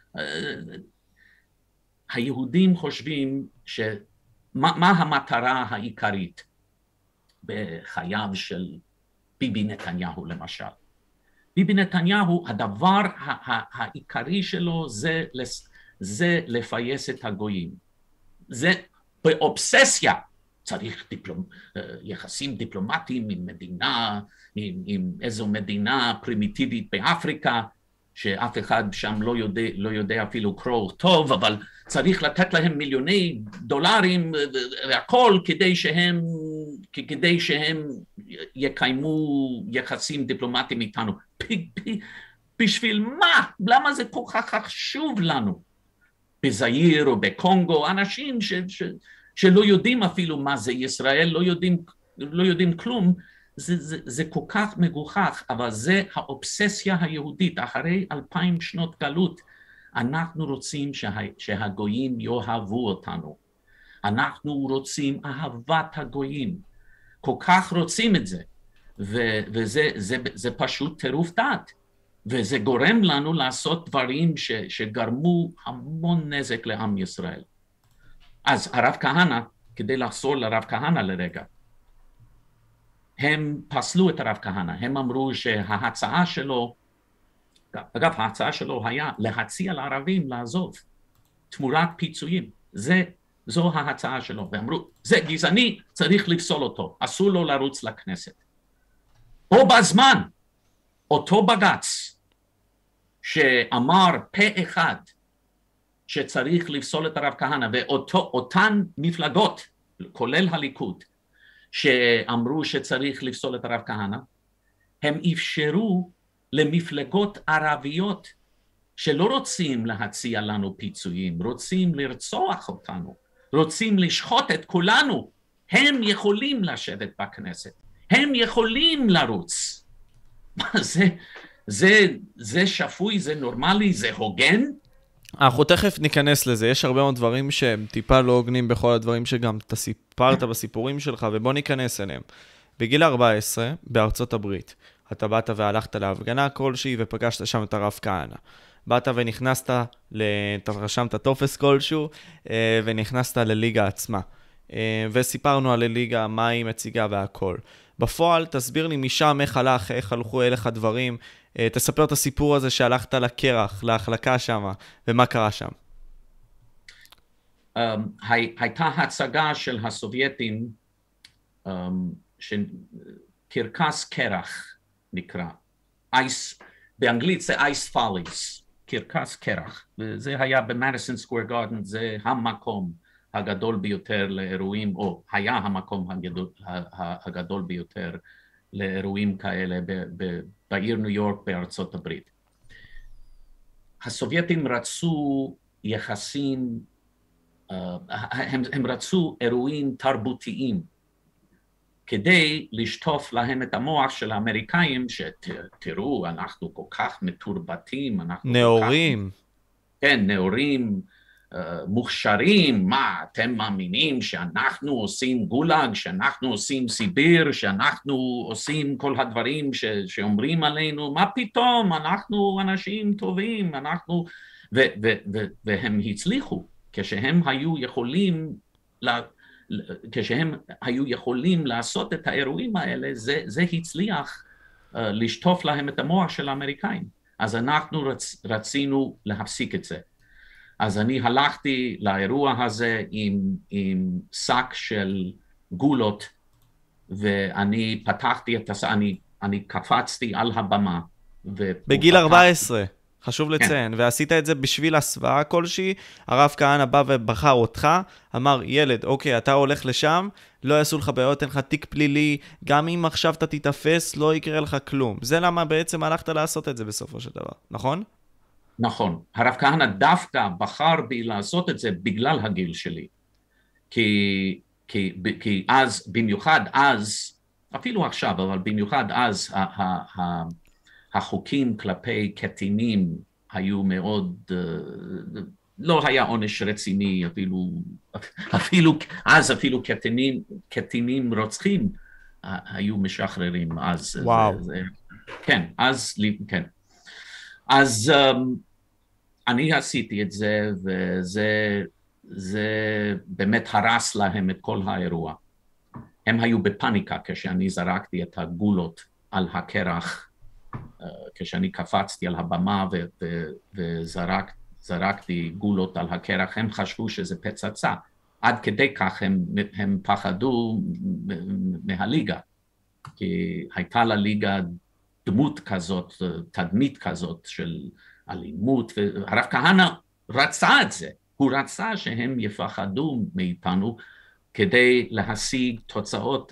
היהודים חושבים ש... מה, מה המטרה העיקרית בחייו של ביבי נתניהו למשל? ביבי נתניהו, הדבר העיקרי שלו זה, זה לפייס את הגויים. זה באובססיה, צריך דיפלומ... יחסים דיפלומטיים עם מדינה, עם, עם איזו מדינה פרימיטיבית באפריקה, שאף אחד שם לא יודע, לא יודע אפילו קרוא טוב, אבל צריך לתת להם מיליוני דולרים והכל כדי שהם, כדי שהם יקיימו יחסים דיפלומטיים איתנו. בשביל מה? למה זה כל כך חשוב לנו? בזאיר או בקונגו, אנשים ש, ש, שלא יודעים אפילו מה זה ישראל, לא יודעים, לא יודעים כלום, זה, זה, זה כל כך מגוחך, אבל זה האובססיה היהודית, אחרי אלפיים שנות גלות, אנחנו רוצים שה, שהגויים יאהבו אותנו, אנחנו רוצים אהבת הגויים, כל כך רוצים את זה, ו, וזה זה, זה פשוט טירוף דעת, וזה גורם לנו לעשות דברים ש, שגרמו המון נזק לעם ישראל. אז הרב כהנא, כדי לחזור לרב כהנא לרגע, הם פסלו את הרב כהנא, הם אמרו שההצעה שלו, אגב ההצעה שלו היה להציע לערבים לעזוב, תמורת פיצויים, זה, זו ההצעה שלו, ואמרו, זה גזעני, צריך לפסול אותו, אסור לו לרוץ לכנסת. בו בזמן, אותו בג"ץ, שאמר פה אחד, שצריך לפסול את הרב כהנא, ואותן מפלגות, כולל הליכוד, שאמרו שצריך לפסול את הרב כהנא, הם אפשרו למפלגות ערביות שלא רוצים להציע לנו פיצויים, רוצים לרצוח אותנו, רוצים לשחוט את כולנו, הם יכולים לשבת בכנסת, הם יכולים לרוץ. זה, זה, זה שפוי, זה נורמלי, זה הוגן? אנחנו תכף ניכנס לזה, יש הרבה מאוד דברים שהם טיפה לא הוגנים בכל הדברים שגם אתה סיפרת בסיפורים שלך, ובוא ניכנס אליהם. בגיל ארבע עשרה, בארצות הברית, אתה באת והלכת להפגנה כלשהי ופגשת שם את הרב כהנא. באת ונכנסת, אתה רשמת טופס כלשהו, ונכנסת לליגה עצמה. וסיפרנו על הליגה, מה היא מציגה והכל. בפועל, תסביר לי משם איך הלך, איך הלכו אליך דברים, תספר את הסיפור הזה שהלכת לקרח, להחלקה שם, ומה קרה שם. Um, הייתה הצגה של הסובייטים, um, קרקס קרח נקרא, Ice, באנגלית זה Ice Follies, קרקס קרח, וזה היה במדיסון סקוור גארדן, זה המקום הגדול ביותר לאירועים, או היה המקום הגדול, הגדול ביותר לאירועים כאלה ב, ב, בעיר ניו יורק בארצות הברית. הסובייטים רצו יחסים, הם, הם רצו אירועים תרבותיים, כדי לשטוף להם את המוח של האמריקאים, שתראו, אנחנו כל כך מתורבתים, אנחנו נאורים. כך, כן, נאורים, מוכשרים, מה, אתם מאמינים שאנחנו עושים גולאג, שאנחנו עושים סיביר, שאנחנו עושים כל הדברים ש, שאומרים עלינו, מה פתאום, אנחנו אנשים טובים, אנחנו, ו, ו, ו, והם הצליחו, כשהם היו יכולים, לה, כשהם היו יכולים לעשות את האירועים האלה, זה, זה הצליח uh, לשטוף להם את המוח של האמריקאים, אז אנחנו רצ, רצינו להפסיק את זה. אז אני הלכתי לאירוע הזה עם, עם שק של גולות, ואני פתחתי את השק, אני, אני קפצתי על הבמה. בגיל ארבע עשרה, חשוב לציין, כן. ועשית את זה בשביל הסוואה כלשהי, הרב כהנא בא ובחר אותך, אמר, ילד, אוקיי, אתה הולך לשם, לא יעשו לך בעיות, אין לך תיק פלילי, גם אם עכשיו אתה תתאפס, לא יקרה לך כלום. זה למה בעצם הלכת לעשות את זה בסופו של דבר, נכון? נכון, הרב כהנא דווקא בחר בי לעשות את זה בגלל הגיל שלי, כי, כי, כי אז, במיוחד אז, אפילו עכשיו, אבל במיוחד אז, ה, ה, ה, החוקים כלפי קטינים היו מאוד, לא היה עונש רציני, אפילו, אפילו, אז אפילו קטינים, קטינים רוצחים היו משחררים אז. וואו. זה, זה, כן, אז, כן. אז um, אני עשיתי את זה, וזה זה באמת הרס להם את כל האירוע. הם היו בפאניקה כשאני זרקתי את הגולות על הקרח, uh, כשאני קפצתי על הבמה ו- ו- וזרק, זרקתי גולות על הקרח, הם חשבו שזה פצצה. עד כדי כך הם, הם פחדו מהליגה, כי הייתה לליגה דמות כזאת, תדמית כזאת של אלימות, והרב כהנא רצה את זה, הוא רצה שהם יפחדו מאיתנו כדי להשיג תוצאות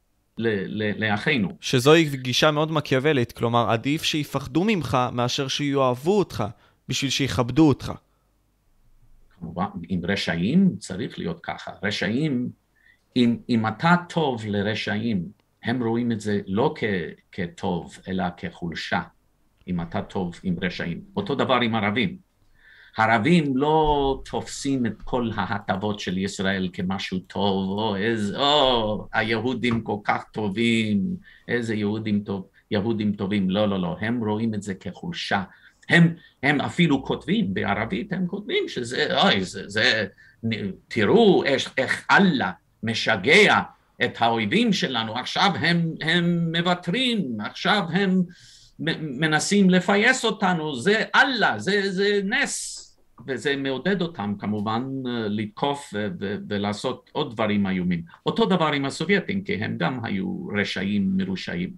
לאחינו. שזוהי גישה מאוד מקיאוולית, כלומר עדיף שיפחדו ממך מאשר שיואהבו אותך, בשביל שיכבדו אותך. כמובן, עם רשעים צריך להיות ככה, רשעים, אם, אם אתה טוב לרשעים, הם רואים את זה לא כ, כטוב, אלא כחולשה, אם אתה טוב עם רשעים. אותו דבר עם ערבים. הערבים לא תופסים את כל ההטבות של ישראל כמשהו טוב, או איזה, או, היהודים כל כך טובים, איזה יהודים טוב, יהודים טובים, לא, לא, לא, הם רואים את זה כחולשה. הם, הם אפילו כותבים בערבית, הם כותבים שזה, אוי, זה, זה, תראו איך, איך אללה משגע את האויבים שלנו, עכשיו הם, הם מבטרים, עכשיו הם מנסים לפייס אותנו, זה אללה, זה, זה נס, וזה מעודד אותם כמובן לתקוף ו- ו- ולעשות עוד דברים איומים. אותו דבר עם הסובייטים, כי הם גם היו רשעים מרושעים.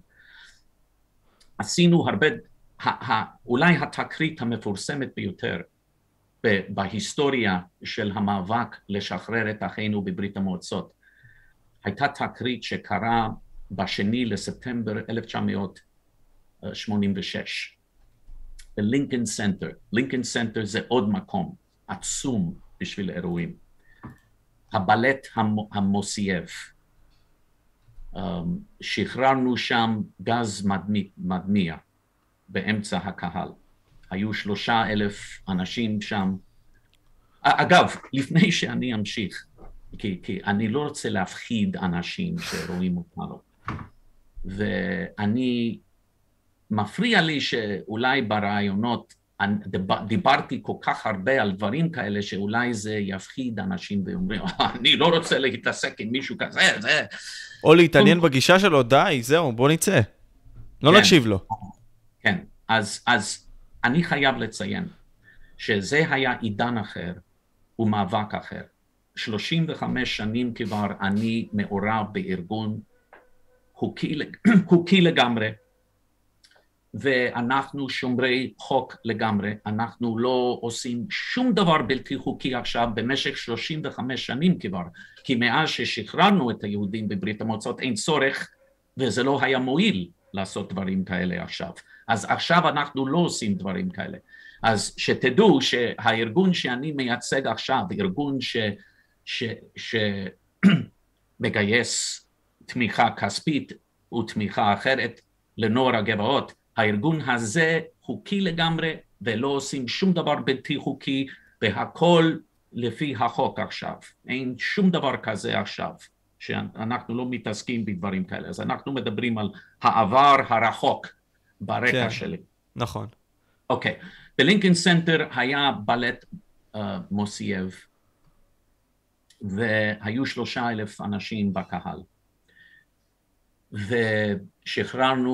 עשינו הרבה, אולי התקרית המפורסמת ביותר בהיסטוריה של המאבק לשחרר את אחינו בברית המועצות, הייתה תקרית שקרה בשני לספטמבר אלף תשע מאות שמונים ושש. בלינקן סנטר. לינקן סנטר זה עוד מקום עצום בשביל אירועים. הבלט המוסייב. שחררנו שם גז מדמיע באמצע הקהל. היו שלושה אלף אנשים שם. אגב, לפני שאני אמשיך, כי, כי אני לא רוצה להפחיד אנשים שרואים אותנו. ואני, מפריע לי שאולי ברעיונות, דיברתי כל כך הרבה על דברים כאלה, שאולי זה יפחיד אנשים ואומרים, אני לא רוצה להתעסק עם מישהו כזה, זה... או להתעניין בגישה שלו, די, זהו, בוא נצא. לא נקשיב לו. כן, אז, אז אני חייב לציין שזה היה עידן אחר ומאבק אחר. שלושים וחמש שנים כבר אני מעורב בארגון חוקי, חוקי לגמרי, ואנחנו שומרי חוק לגמרי, אנחנו לא עושים שום דבר בלתי חוקי עכשיו במשך שלושים וחמש שנים כבר, כי מאז ששחררנו את היהודים בברית המועצות אין צורך, וזה לא היה מועיל לעשות דברים כאלה עכשיו. אז עכשיו אנחנו לא עושים דברים כאלה. אז שתדעו שהארגון שאני מייצג עכשיו, ארגון ש... ש... שמגייס תמיכה כספית ותמיכה אחרת לנוער הגבעות, הארגון הזה חוקי לגמרי ולא עושים שום דבר בלתי חוקי, והכל לפי החוק עכשיו. אין שום דבר כזה עכשיו, שאנחנו לא מתעסקים בדברים כאלה. אז אנחנו מדברים על העבר הרחוק ברקע כן, שלי. נכון. אוקיי. בלינקן סנטר היה בלט uh, מוסייב, והיו שלושה אלף אנשים בקהל. ושחררנו,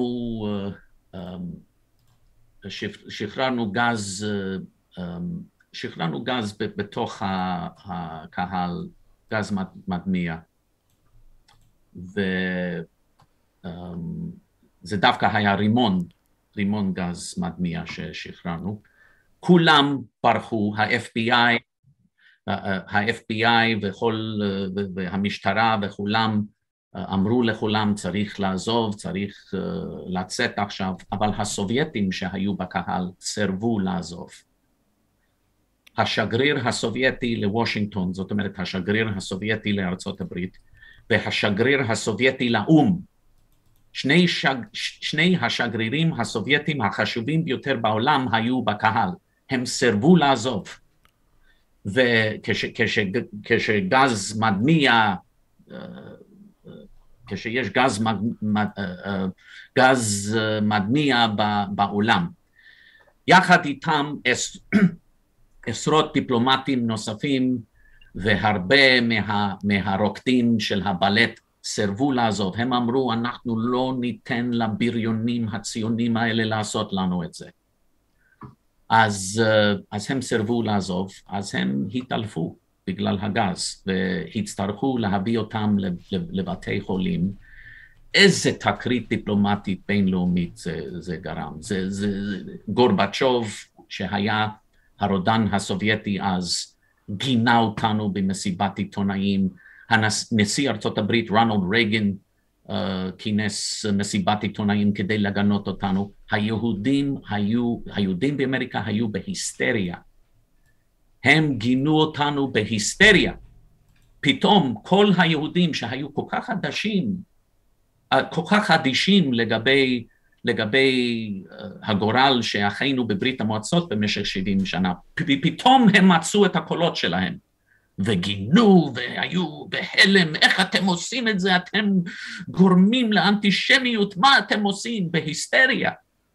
שחררנו גז, שחררנו גז בתוך הקהל, גז מדמיע. וזה דווקא היה רימון, רימון גז מדמיע ששחררנו. כולם ברחו, ה-אף בי איי, ה-אף בי איי וכל, והמשטרה וכולם אמרו לכולם צריך לעזוב, צריך לצאת עכשיו, אבל הסובייטים שהיו בקהל סירבו לעזוב. השגריר הסובייטי לוושינגטון, זאת אומרת השגריר הסובייטי לארצות הברית, והשגריר הסובייטי לאום, שני, שג, שני השגרירים הסובייטים החשובים ביותר בעולם היו בקהל, הם סירבו לעזוב. וכשגז מדמיע, כשיש גז, גז מדמיע בעולם. יחד איתם עשרות דיפלומטים נוספים, והרבה מה, מהרוקדים של הבלט סרבו לעזוב. הם אמרו, אנחנו לא ניתן לבריונים הציונים האלה לעשות לנו את זה. אז, אז הם סרבו לעזוב, אז הם התעלפו בגלל הגז, והצטרכו להביא אותם לבתי חולים. איזה תקרית דיפלומטית בינלאומית זה, זה גרם. זה, זה, גורבצ'וב, שהיה הרודן הסובייטי אז, גינה אותנו במסיבת עיתונאים. נשיא ארצות הברית רונלד רייגן uh, כינס מסיבת עיתונאים כדי לגנות אותנו. היהודים היו, היהודים באמריקה היו בהיסטריה. הם גינו אותנו בהיסטריה. פתאום כל היהודים שהיו כל כך אדישים, כל כך אדישים לגבי, לגבי uh, הגורל שאחינו בברית המועצות במשך שבעים שנה, פתאום הם מצאו את הקולות שלהם. וגינו והיו בהלם, איך אתם עושים את זה? אתם גורמים לאנטישמיות, מה אתם עושים? בהיסטריה.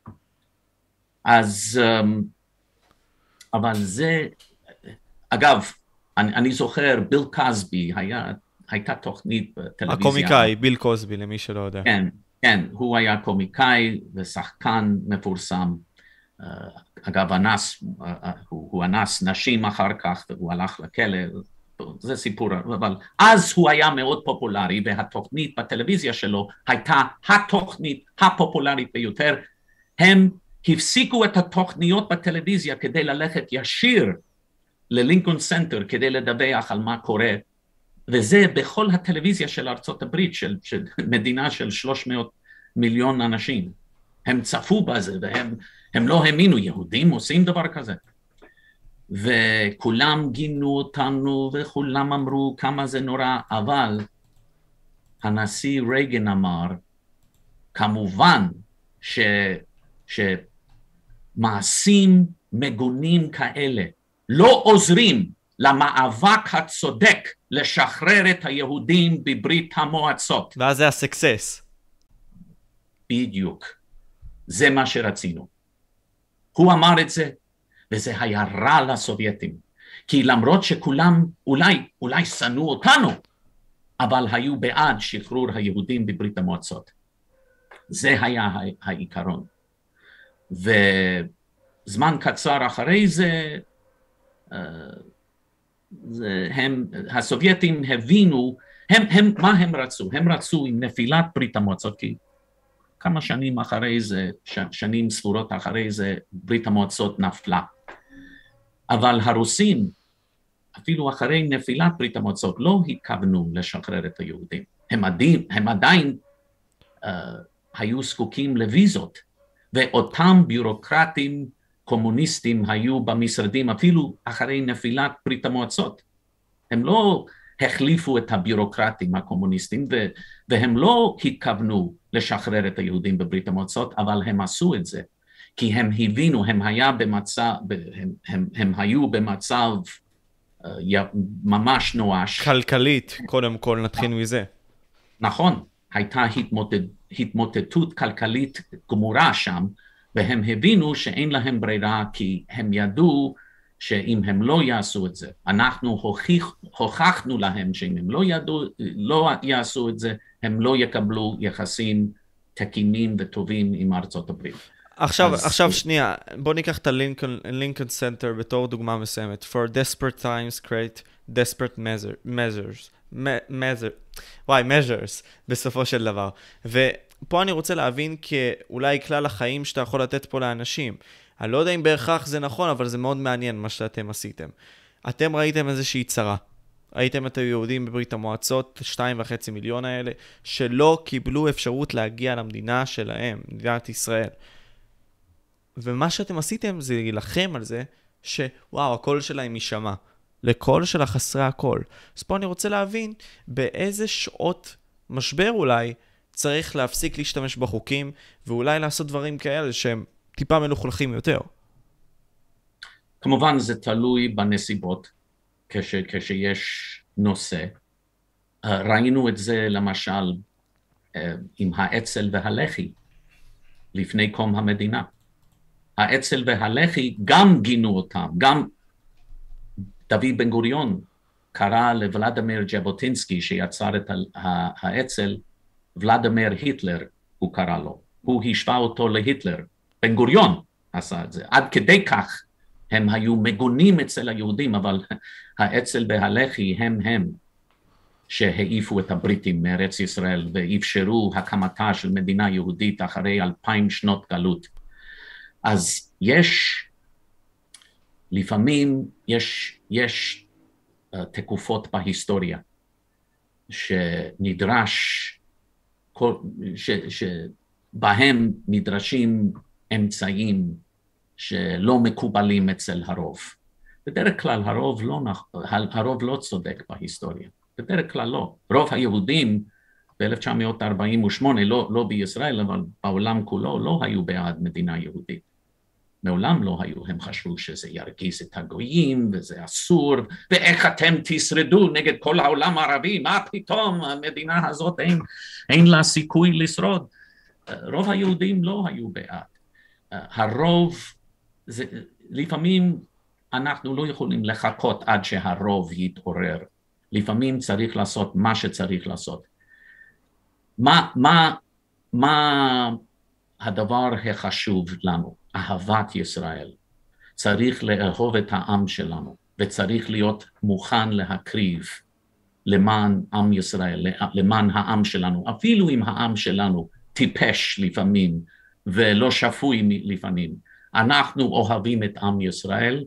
אז, אבל זה, אגב, אני, אני זוכר, ביל קוסבי, היה, הייתה תוכנית בטלוויזיה. הקומיקאי, ביל קוסבי, למי שלא יודע. כן, כן, הוא היה קומיקאי ושחקן מפורסם. אגב, אנס, הוא, הוא אנס נשים אחר כך, והוא הלך לכלא, זה סיפור, אבל אז הוא היה מאוד פופולרי, והתוכנית בטלוויזיה שלו הייתה התוכנית הפופולרית ביותר. הם הפסיקו את התוכניות בטלוויזיה כדי ללכת ישיר ללינקולן סנטר, כדי לדווח על מה קורה, וזה בכל הטלוויזיה של ארצות הברית, של, של מדינה של שלוש מאות מיליון אנשים. הם צפו בזה, והם הם לא האמינו, יהודים עושים דבר כזה. וכולם גינו אותנו, וכולם אמרו כמה זה נורא, אבל הנשיא רייגן אמר, כמובן ש, שמעשים מגונים כאלה לא עוזרים למאבק הצודק לשחרר את היהודים בברית המועצות. ואז זה הסקסס. בדיוק. זה מה שרצינו. הוא אמר את זה, וזה היה רע לסובייטים. כי למרות שכולם אולי, אולי שנאו אותנו, אבל היו בעד שחרור היהודים בברית המועצות. זה היה העיקרון. וזמן קצר אחרי זה, זה הם, הסובייטים הבינו, הם, הם, מה הם רצו? הם רצו עם נפילת ברית המועצות, כי כמה שנים אחרי זה, שנים ספורות אחרי זה, ברית המועצות נפלה. אבל הרוסים, אפילו אחרי נפילת ברית המועצות, לא התכוונו לשחרר את היהודים. הם עדיין, הם עדיין uh, היו זקוקים לוויזות, ואותם ביורוקרטים קומוניסטים היו במשרדים, אפילו אחרי נפילת ברית המועצות. הם לא החליפו את הביורוקרטים הקומוניסטים, ו- והם לא התכוונו לשחרר את היהודים בברית המועצות, אבל הם עשו את זה. כי הם הבינו, הם, היה במצב, הם, הם, הם היו במצב uh, ממש נואש. כלכלית, קודם כל נתחיל מזה. נכון, הייתה התמוטט, התמוטטות כלכלית גמורה שם, והם הבינו שאין להם ברירה, כי הם ידעו שאם הם לא יעשו את זה, אנחנו הוכיח, הוכחנו להם שאם הם לא, ידעו, לא יעשו את זה, הם לא יקבלו יחסים תקינים וטובים עם ארצות הברית. עכשיו, אז... עכשיו שנייה, בוא ניקח את הלינקולן, לינקולן סנטר בתור דוגמה מסוימת. For desperate times create desperate measure, measures. measure, וואי, measures, בסופו של דבר. ופה אני רוצה להבין כאולי כלל החיים שאתה יכול לתת פה לאנשים. אני לא יודע אם בהכרח זה נכון, אבל זה מאוד מעניין מה שאתם עשיתם. אתם ראיתם איזושהי צרה. ראיתם את היהודים בברית המועצות, שתיים וחצי מיליון האלה, שלא קיבלו אפשרות להגיע למדינה שלהם, מדינת ישראל. ומה שאתם עשיתם זה להילחם על זה, שוואו, הקול שלהם יישמע. לקול של החסרי הקול. אז פה אני רוצה להבין באיזה שעות משבר אולי צריך להפסיק להשתמש בחוקים, ואולי לעשות דברים כאלה שהם טיפה מלוכלכים יותר. כמובן זה תלוי בנסיבות. כש, כשיש נושא. ראינו את זה למשל עם האצ"ל והלח"י לפני קום המדינה. האצ"ל והלח"י גם גינו אותם, גם דוד בן גוריון קרא לוולדימיר ז'בוטינסקי שיצר את האצ"ל, ולדימיר היטלר הוא קרא לו, הוא השווה אותו להיטלר, בן גוריון עשה את זה, עד כדי כך הם היו מגונים אצל היהודים, אבל האצ"ל והלח"י הם הם שהעיפו את הבריטים מארץ ישראל ואפשרו הקמתה של מדינה יהודית אחרי אלפיים שנות גלות. אז יש, לפעמים יש, יש uh, תקופות בהיסטוריה שנדרש, כל, ש, שבהם נדרשים אמצעים שלא מקובלים אצל הרוב. בדרך כלל הרוב לא, הרוב לא צודק בהיסטוריה. בדרך כלל לא. רוב היהודים ב-אלף תשע מאות ארבעים ושמונה, לא, לא בישראל, אבל בעולם כולו, לא היו בעד מדינה יהודית. מעולם לא היו. הם חשבו שזה ירגיז את הגויים, וזה אסור, ואיך אתם תשרדו נגד כל העולם הערבי, מה פתאום המדינה הזאת אין, אין לה סיכוי לשרוד. רוב היהודים לא היו בעד. הרוב, זה, לפעמים אנחנו לא יכולים לחכות עד שהרוב יתעורר. לפעמים צריך לעשות מה שצריך לעשות. מה, מה, מה הדבר החשוב לנו? אהבת ישראל. צריך לאהוב את העם שלנו, וצריך להיות מוכן להקריב למען עם ישראל, למען העם שלנו, אפילו אם העם שלנו טיפש לפעמים, ולא שפוי לפעמים. אנחנו אוהבים את עם ישראל,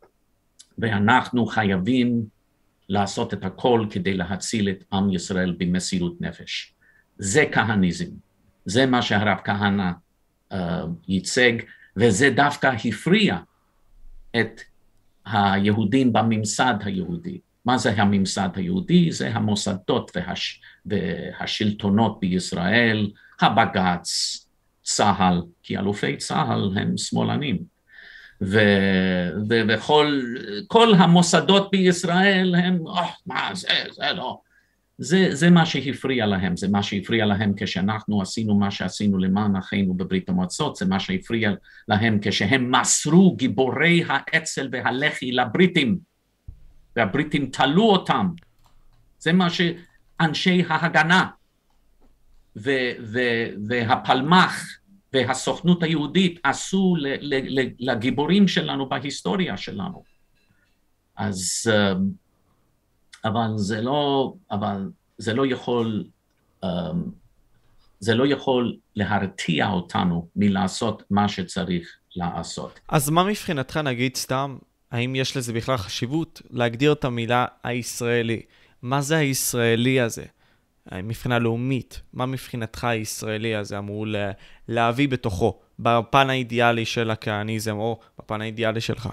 ואנחנו חייבים לעשות את הכל כדי להציל את עם ישראל במסירות נפש. זה כהניזם. זה מה שהרב כהנא uh, ייצג, וזה דווקא הפריע את היהודים בממסד היהודי. מה זה הממסד היהודי? זה המוסדות והש... והשלטונות בישראל, הבג"ץ, צה"ל, כי אלופי צה"ל הם שמאלנים. ו... ו... וכל כל המוסדות בישראל הם, oh, מה זה, זה לא. זה, זה מה שהפריע להם, זה מה שהפריע להם כשאנחנו עשינו מה שעשינו למען אחינו בברית המועצות, זה מה שהפריע להם כשהם מסרו גיבורי האצ"ל והלח"י לבריטים, והבריטים תלו אותם. זה מה שאנשי ההגנה ו, ו, והפלמ"ח והסוכנות היהודית עשו ל, ל, ל, לגיבורים שלנו בהיסטוריה שלנו. אז אבל זה לא, אבל זה לא יכול, זה לא יכול להרתיע אותנו מלעשות מה שצריך לעשות. אז מה מבחינתך, נגיד סתם, האם יש לזה בכלל חשיבות להגדיר את המילה הישראלי? מה זה הישראלי הזה? מבחינה לאומית, מה מבחינתך הישראלי הזה אמור להביא בתוכו, בפן האידיאלי של הכהניזם או בפן האידיאלי שלך?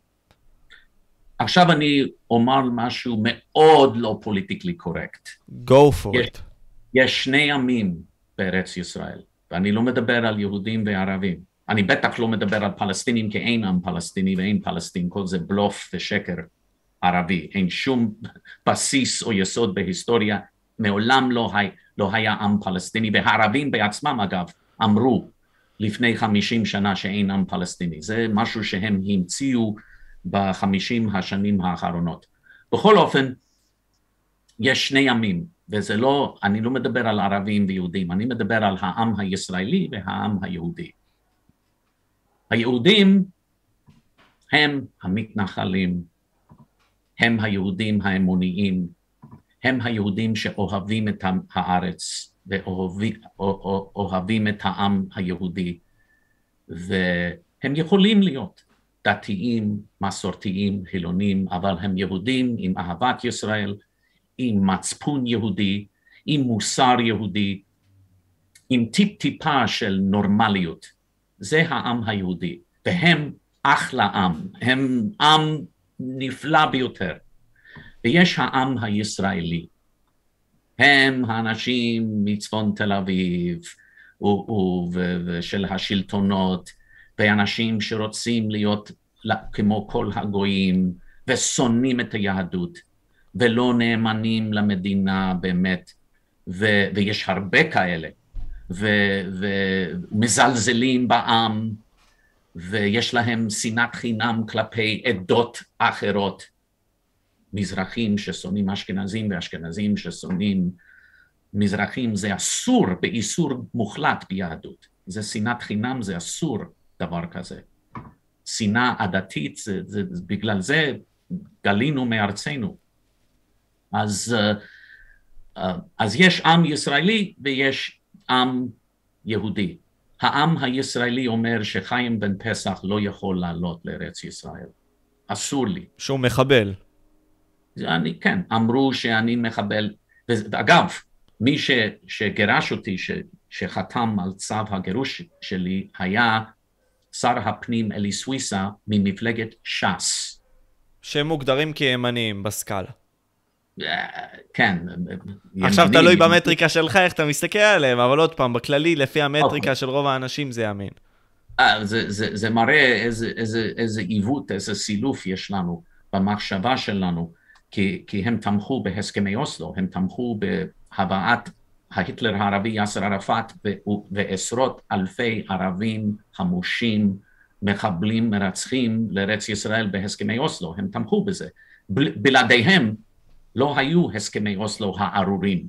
עכשיו אני אומר משהו מאוד לא פוליטיקלי קורקט. Go for יש, it. יש שני עמים בארץ ישראל, ואני לא מדבר על יהודים וערבים. אני בטח לא מדבר על פלסטינים, כי אין עם פלסטיני ואין פלסטין, כל זה בלוף ושקר ערבי. אין שום בסיס או יסוד בהיסטוריה, מעולם לא, היה, לא היה עם פלסטיני, והערבים בעצמם אגב אמרו לפני חמישים שנה שאין עם פלסטיני. זה משהו שהם המציאו בחמישים השנים האחרונות. בכל אופן, יש שני עמים, וזה לא, אני לא מדבר על ערבים ויהודים, אני מדבר על העם הישראלי והעם היהודי. היהודים הם המתנחלים, הם היהודים האמוניים, הם היהודים שאוהבים את הארץ, ואוהבים את העם היהודי, והם יכולים להיות דתיים, מסורתיים, חילונים, אבל הם יהודים עם אהבת ישראל, עם מצפון יהודי, עם מוסר יהודי, עם טיפ-טיפה של נורמליות. זה העם היהודי, והם אחלה עם, הם עם נפלא ביותר. ויש העם הישראלי, הם האנשים מצפון תל אביב, ושל השלטונות, ואנשים שרוצים להיות כמו כל הגויים, ושונאים את היהדות, ולא נאמנים למדינה באמת, ו- ויש הרבה כאלה, ו- ומזלזלים בעם, ויש להם שנאת חינם כלפי עדות אחרות, מזרחים ששונאים אשכנזים ואשכנזים ששונאים מזרחים, זה אסור, באיסור מוחלט ביהדות. זה שנאת חינם, זה אסור דבר כזה. שנאה עדתית, זה, זה, זה, בגלל זה גלינו מארצנו. אז, אז יש עם ישראלי ויש עם יהודי. העם הישראלי אומר שחיים בן פסח לא יכול לעלות לארץ ישראל. אסור לי. שהוא מחבל. אני, כן, אמרו שאני מחבל. ואגב, מי ש, שגרש אותי, ש, שחתם על צו הגירוש שלי, היה שר הפנים אלי סוויסה ממפלגת ש"ס. שהם מוגדרים כימניים בסקאלה. כן. עכשיו תלוי במטריקה שלך, איך אתה מסתכל עליהם, אבל עוד פעם, בכללי, לפי המטריקה של רוב האנשים זה ימין. זה, זה, זה מראה איזה, איזה, איזה עיוות, איזה סילוף יש לנו במחשבה שלנו, כי, כי הם תמכו בהסכמי אוסלו, הם תמכו בהבאת ההיטלר הערבי יאסר ערפאת ועשרות אלפי ערבים חמושים, מחבלים, מרצחים לארץ ישראל בהסכמי אוסלו, הם תמכו בזה. בלעדיהם לא היו הסכמי אוסלו הארורים.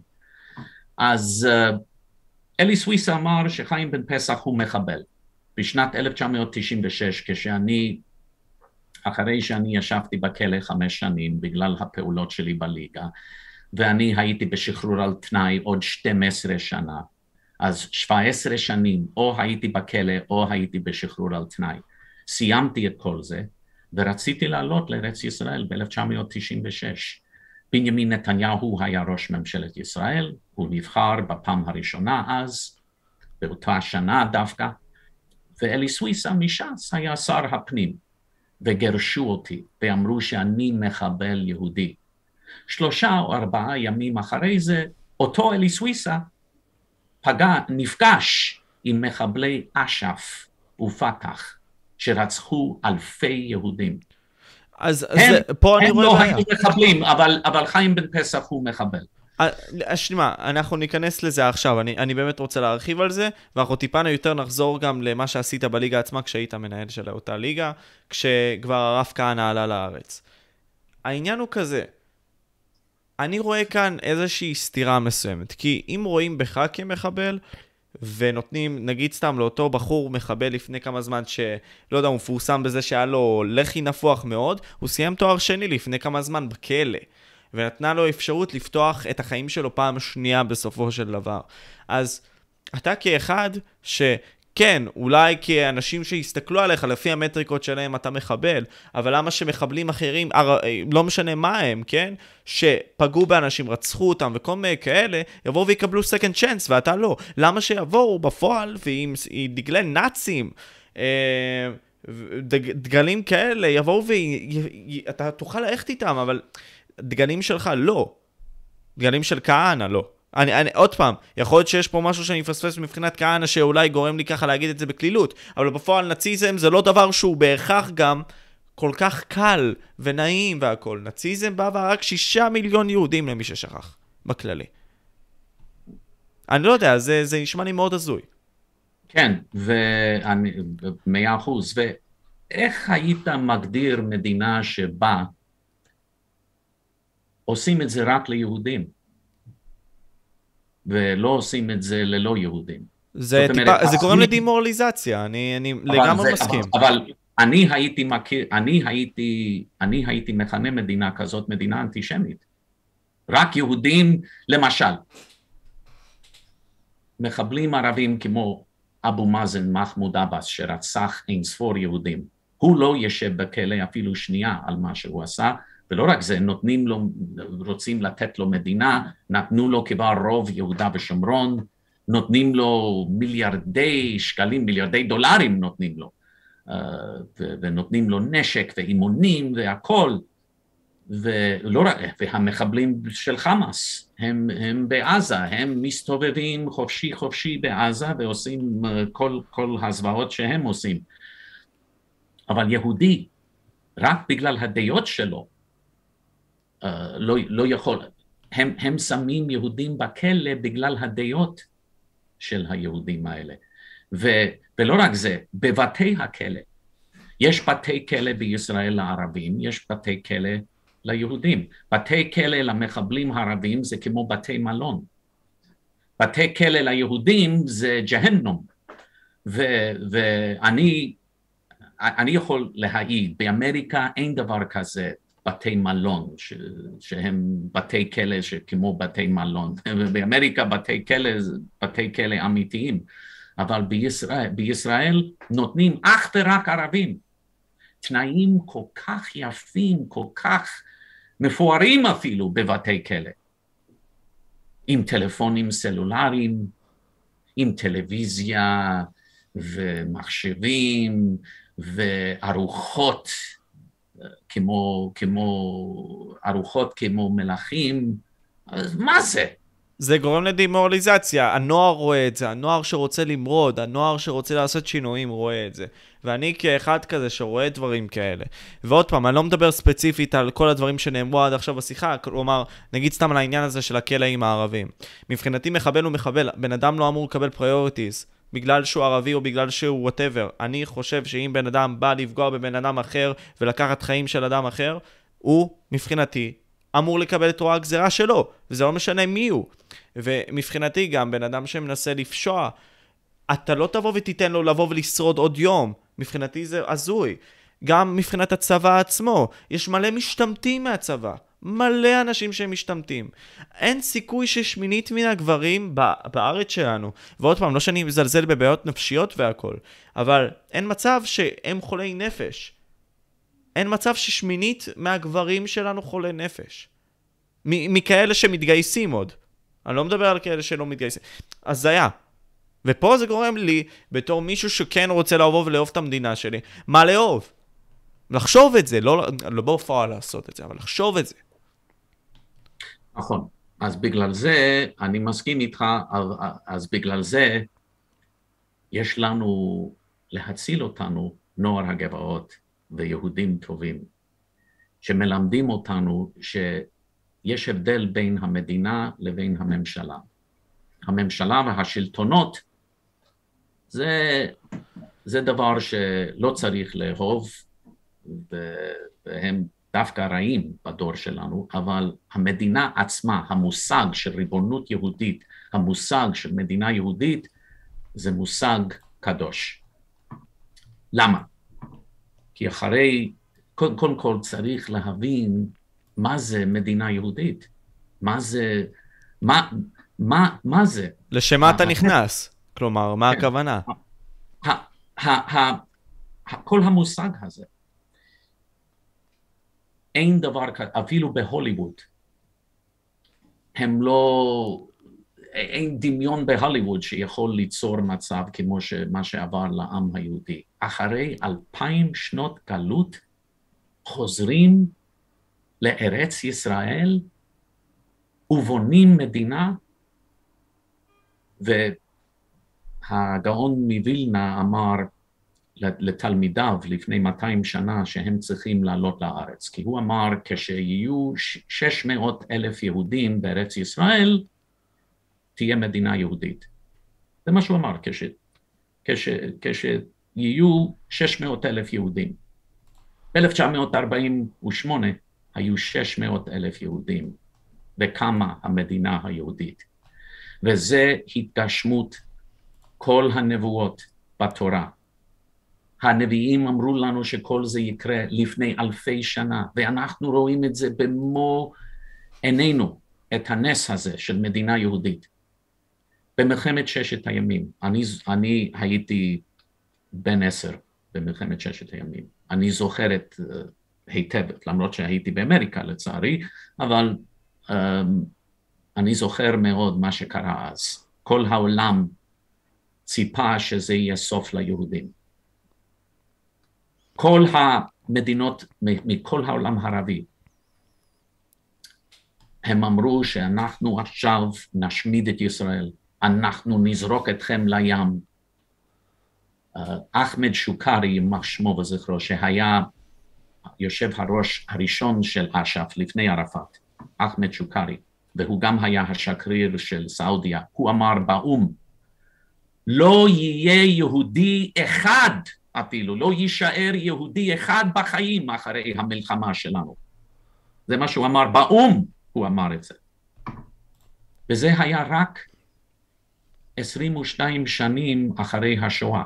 אז אלי סוויסה אמר שחיים בן פסח הוא מחבל. בשנת אלף תשע מאות תשעים ושש, כשאני, אחרי שאני ישבתי בכלא חמש שנים בגלל הפעולות שלי בליגה, ואני הייתי בשחרור על תנאי עוד שתים עשרה שנה, אז שבע עשרה שנים או הייתי בכלא או הייתי בשחרור על תנאי. סיימתי את כל זה, ורציתי לעלות לארץ ישראל ב-אלף תשע מאות תשעים ושש. בנימין נתניהו היה ראש ממשלת ישראל, הוא נבחר בפעם הראשונה אז, באותה שנה דווקא, ואלי סוויסה מש"ס היה שר הפנים, וגרשו אותי, ואמרו שאני מחבל יהודי. שלושה או ארבעה ימים אחרי זה, אותו אלי סוויסה פגע, נפגש עם מחבלי אש"ף ופת"ח, שרצחו אלפי יהודים. אז, הם, אז פה אני הם רואה לא בעיה. היו מחבלים, אבל, אבל חיים בן פסח הוא מחבל. שנייה, אנחנו ניכנס לזה עכשיו, אני, אני באמת רוצה להרחיב על זה, ואנחנו טיפנו יותר נחזור גם למה שעשית בליגה עצמה, כשהיית מנהל של אותה ליגה, כשכבר הרב כהנא עלה לארץ. העניין הוא כזה, אני רואה כאן איזושהי סתירה מסוימת, כי אם רואים בך כמחבל, ונותנים, נגיד סתם לאותו בחור מחבל לפני כמה זמן, שלא יודע, הוא מפורסם בזה שהיה לו לחי נפוח מאוד, הוא סיים תואר שני לפני כמה זמן בכלא, ונתנה לו אפשרות לפתוח את החיים שלו פעם שנייה בסופו של דבר. אז אתה כאחד שכן, אולי כאנשים שיסתכלו עליך לפי המטריקות שלהם אתה מחבל, אבל למה שמחבלים אחרים, לא משנה מה הם, כן? שפגעו באנשים, רצחו אותם וכל מיני כאלה, יבואו ויקבלו second chance ואתה לא. למה שיבואו בפועל ועם דגלי נאצים, דגלים כאלה, יבואו ואתה תוכל ללכת איתם, אבל דגלים שלך לא. דגלים של כהנא לא. אני, אני, עוד פעם, יכול להיות שיש פה משהו שאני מפספס מבחינת כהנא שאולי גורם לי ככה להגיד את זה בכלילות, אבל בפועל נאציזם זה לא דבר שהוא בהכרח גם כל כך קל ונעים והכל. נאציזם בא ורק שישה מיליון יהודים למי ששכח, בכללי. אני לא יודע, זה, זה נשמע לי מאוד הזוי. כן, ואני, מאה אחוז, ואיך היית מגדיר מדינה שבה עושים את זה רק ליהודים, ולא עושים את זה ללא יהודים. זה, טיפה, אומרת, זה גורם לדימורליזציה, אני, אני לגמרי זה, מסכים. אבל, אבל אני הייתי מכיר, אני הייתי, אני הייתי מכנה מדינה כזאת, מדינה אנטישמית. רק יהודים, למשל, מחבלים ערבים כמו אבו מאזן מחמוד עבאס, שרצח אין ספור יהודים. הוא לא ישב בכלא אפילו שנייה על מה שהוא עשה, ולא רק זה, נותנים לו, רוצים לתת לו מדינה, נתנו לו כבר רוב יהודה ושומרון, נותנים לו מיליארדי שקלים, מיליארדי דולרים נותנים לו, ונותנים לו נשק ואימונים והכל, ולא רק, והמחבלים של חמאס, הם, הם בעזה, הם מסתובבים חופשי חופשי בעזה, ועושים כל, כל הזוועות שהם עושים. אבל יהודי, רק בגלל הדעות שלו, uh, לא, לא יכול, הם, הם שמים יהודים בכלא בגלל הדעות של היהודים האלה. ו, ולא רק זה, בבתי הכלא, יש בתי כלא בישראל לערבים, יש בתי כלא ליהודים. בתי כלא למחבלים הערבים זה כמו בתי מלון. בתי כלא ליהודים זה ג'הנום. ו- ואני אני יכול להעיד, באמריקה אין דבר כזה בתי מלון, ש- שהם בתי כלא כמו בתי מלון. באמריקה בתי כלא זה בתי כלא אמיתיים, אבל בישראל, בישראל נותנים אך ורק ערבים. תנאים כל כך יפים, כל כך מפוארים אפילו בבתי כלא. עם טלפונים סלולריים, עם טלוויזיה ומחשבים וארוחות כמו, כמו, ארוחות כמו מלכים. אז מה זה? זה גורם לדימורליזציה, הנוער רואה את זה, הנוער שרוצה למרוד, הנוער שרוצה לעשות שינויים רואה את זה. ואני כאחד כזה שרואה דברים כאלה. ועוד פעם, אני לא מדבר ספציפית על כל הדברים שנאמרו עד עכשיו בשיחה, כלומר, נגיד סתם על העניין הזה של הכלאים הערבים. מבחינתי מחבל הוא מחבל, בן אדם לא אמור לקבל פריוריטיז, בגלל שהוא ערבי או בגלל שהוא whatever. אני חושב שאם בן אדם בא לפגוע בבן אדם אחר ולקחת חיים של אדם אחר, הוא, מבחינתי, אמור לקבל את רוע הגזרה שלו, וזה לא משנה מי הוא. ומבחינתי גם, בן אדם שמנסה לפשוע, אתה לא תבוא ותיתן לו לבוא ולשרוד עוד יום. מבחינתי זה הזוי. גם מבחינת הצבא עצמו, יש מלא משתמטים מהצבא. מלא אנשים שהם משתמטים. אין סיכוי ששמינית מן הגברים בארץ שלנו, ועוד פעם, לא שאני מזלזל בבעיות נפשיות והכל, אבל אין מצב שהם חולי נפש. אין מצב ששמינית מהגברים שלנו חולי נפש. מכאלה שמתגייסים עוד. אני לא מדבר על כאלה שלא מתגייסים. אז זה היה. ופה זה גורם לי, בתור מישהו שכן רוצה לאהוב ולאהוב את המדינה שלי, מה לאהוב? לחשוב את זה, לא, לא בפועל לעשות את זה, אבל לחשוב את זה. נכון. אז בגלל זה, אני מסכים איתך, אז בגלל זה, יש לנו להציל אותנו, נוער הגבעות ויהודים טובים, שמלמדים אותנו שיש הבדל בין המדינה לבין הממשלה. הממשלה והשלטונות, זה, זה דבר שלא צריך לאהוב, והם דווקא רעים בדור שלנו, אבל המדינה עצמה, המושג של ריבונות יהודית, המושג של מדינה יהודית, זה מושג קדוש. למה? כי אחרי, קודם כל, כל צריך להבין מה זה מדינה יהודית, מה זה, מה, מה, מה זה? לשמה אתה נכנס, כלומר, מה הכוונה? כל המושג הזה, אין דבר כזה, אפילו בהוליווד, הם לא, אין דמיון בהוליווד שיכול ליצור מצב כמו מה שעבר לעם היהודי. אחרי אלפיים שנות גלות, חוזרים לארץ ישראל, ובונים מדינה, והגאון מווילנה אמר לתלמידיו לפני מאתיים שנה שהם צריכים לעלות לארץ, כי הוא אמר כשיהיו שש מאות אלף יהודים בארץ ישראל, תהיה מדינה יהודית. זה מה שהוא אמר, כש, כש, כשיהיו שש מאות אלף יהודים. ב-אלף תשע מאות ארבעים ושמונה היו שש מאות אלף יהודים, וקמה המדינה היהודית. וזה התגשמות כל הנבואות בתורה. הנביאים אמרו לנו שכל זה יקרה לפני אלפי שנה, ואנחנו רואים את זה במו עינינו, את הנס הזה של מדינה יהודית. במלחמת ששת הימים, אני, אני הייתי בן עשר במלחמת ששת הימים. אני זוכרת uh, היטב, למרות שהייתי באמריקה לצערי, אבל um, אני זוכר מאוד מה שקרה אז. כל העולם ציפה שזה יהיה סוף ליהודים. כל המדינות מכל העולם הערבי, הם אמרו שאנחנו עכשיו נשמיד את ישראל, אנחנו נזרוק אתכם לים. אחמד שוקרי, יימח שמו וזכרו, שהיה היושב הראש הראשון של אש"ף לפני ערפאת, אחמד שוקרי, והוא גם היה השגריר של סעודיה, הוא אמר באו"ם, לא יהיה יהודי אחד אפילו, לא יישאר יהודי אחד בחיים אחרי המלחמה שלנו. זה מה שהוא אמר באו"ם, הוא אמר את זה. וזה היה רק עשרים ושתיים שנים אחרי השואה.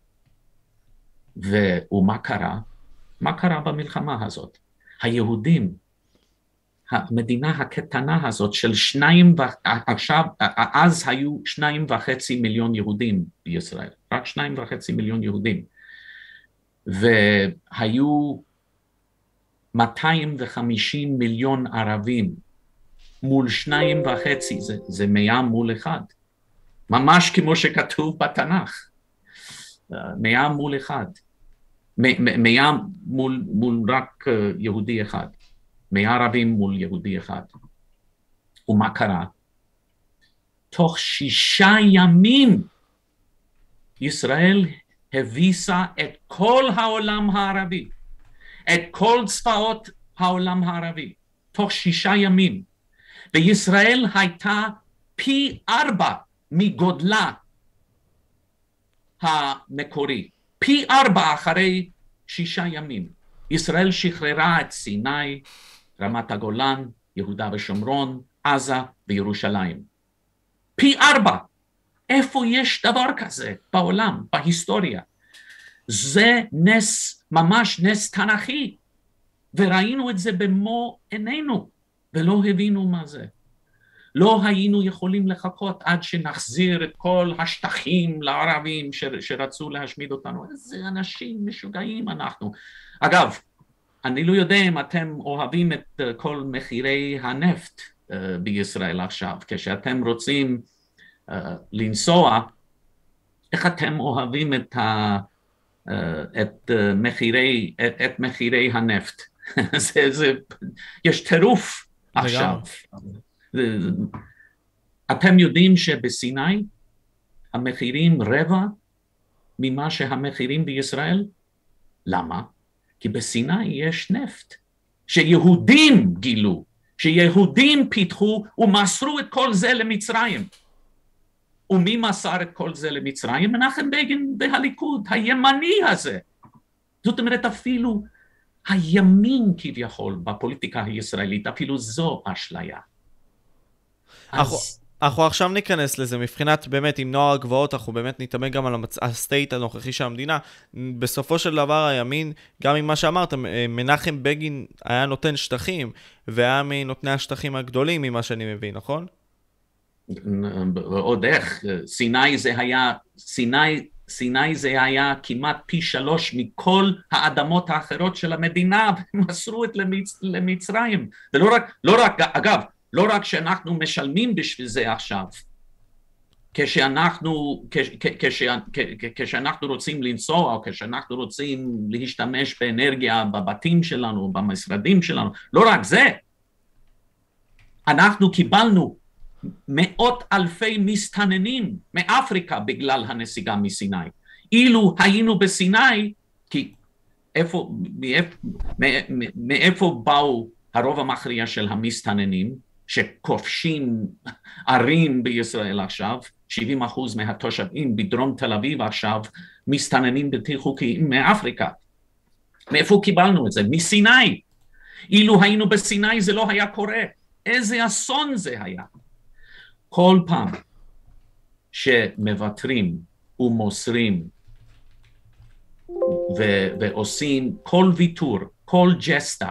ומה קרה? מה קרה במלחמה הזאת? היהודים, המדינה הקטנה הזאת של שניים, עכשיו, אז היו שניים וחצי מיליון יהודים בישראל, רק שניים וחצי מיליון יהודים. והיו מאתיים וחמישים מיליון ערבים מול שניים וחצי, זה, זה מאה מול אחד. ממש כמו שכתוב בתנ"ך, מאה מול אחד. מאה מול, מול רק יהודי אחד. מאה ערבים מול יהודי אחד. ומה קרה? תוך שישה ימים ישראל הביסה את כל העולם הערבי, את כל צבאות העולם הערבי, תוך שישה ימים. וישראל הייתה פי ארבע מגודלה המקורי, פי ארבע אחרי שישה ימים. ישראל שחררה את סיני, רמת הגולן, יהודה ושומרון, עזה וירושלים. פי ארבע. איפה יש דבר כזה בעולם, בהיסטוריה? זה נס, ממש נס תנ"כי, וראינו את זה במו עינינו, ולא הבינו מה זה. לא היינו יכולים לחכות עד שנחזיר את כל השטחים לערבים שרצו להשמיד אותנו. איזה אנשים משוגעים אנחנו. אגב, אני לא יודע אם אתם אוהבים את כל מחירי הנפט uh, בישראל עכשיו, כשאתם רוצים uh, לנסוע, איך אתם אוהבים את, ה, uh, את, uh, מחירי, את, את מחירי הנפט? זה, זה, יש טירוף עכשיו. אתם יודעים שבסיני המחירים רבע ממה שהמחירים בישראל? למה? כי בסיני יש נפט, שיהודים גילו, שיהודים פיתחו ומסרו את כל זה למצרים. ומי מסר את כל זה למצרים? מנחם בגין בהליכוד, הימני הזה. זאת אומרת, אפילו הימין כביכול בפוליטיקה הישראלית, אפילו זו אשליה. אנחנו, אנחנו עכשיו ניכנס לזה, מבחינת באמת עם נוער הגבעות, אנחנו באמת נתאמן גם על המצ... הסטייט הנוכחי של המדינה. בסופו של דבר הימין, גם עם מה שאמרת, מנחם בגין היה נותן שטחים, והיה מנותני השטחים הגדולים ממה שאני מבין, נכון? עוד איך, סיני זה היה, סיני, סיני זה היה כמעט פי שלוש מכל האדמות האחרות של המדינה, ומסרו את למצ... למצרים. ולא רק, לא רק, אגב, לא רק שאנחנו משלמים בשביל זה עכשיו, כשאנחנו, כש, כש, כשאנחנו רוצים לנסוע, או כשאנחנו רוצים להשתמש באנרגיה בבתים שלנו, במשרדים שלנו, לא רק זה, אנחנו קיבלנו מאות אלפי מסתננים מאפריקה בגלל הנסיגה מסיני. אילו היינו בסיני, כי איפה, מאיפה, מאיפה באו הרוב המכריע של המסתננים, שכובשים ערים בישראל עכשיו, שבעים אחוז מהתושבים בדרום תל אביב עכשיו, מסתננים בלתי חוקיים מאפריקה. מאיפה קיבלנו את זה? מסיני. אילו היינו בסיני זה לא היה קורה. איזה אסון זה היה. כל פעם שמוותרים ומוסרים ו- ועושים כל ויתור, כל ג'סטה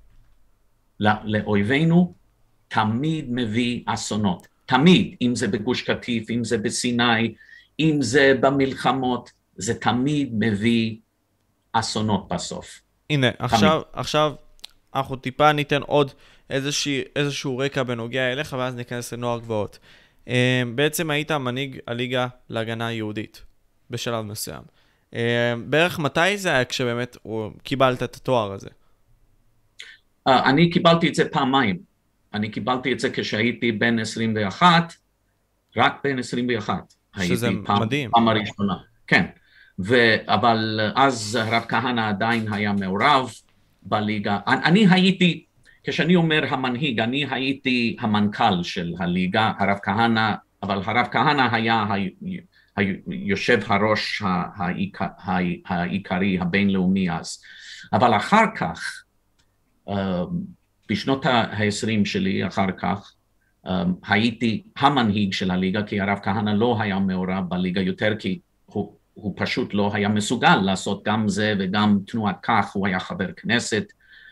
לאויבינו, תמיד מביא אסונות. תמיד, אם זה בגוש קטיף, אם זה בסיני, אם זה במלחמות, זה תמיד מביא אסונות בסוף. הנה, עכשיו, עכשיו אנחנו טיפה ניתן עוד איזושהי, איזשהו רקע בנוגע אליך, ואז ניכנס לנוער גבעות. בעצם היית מנהיג הליגה להגנה היהודית, בשלב מסוים. בערך מתי זה היה כשבאמת קיבלת את התואר הזה? אני קיבלתי את זה פעמיים. אני קיבלתי את זה כשהייתי בן עשרים ואחת, רק בן עשרים ואחת. שזה פעם, מדהים. פעם הראשונה, כן. ו, אבל אז הרב כהנא עדיין היה מעורב, בליגה. אני הייתי, כשאני אומר המנהיג, אני הייתי המנכ"ל של הליגה, הרב כהנא, אבל הרב כהנא היה היושב הראש העיקרי הבינלאומי אז. אבל אחר כך, בשנות ה-עשרים שלי, אחר כך, הייתי המנהיג של הליגה, כי הרב כהנא לא היה מעורב בליגה יותר, כי הוא, הוא פשוט לא היה מסוגל לעשות גם זה וגם תנועת כך, הוא היה חבר כנסת,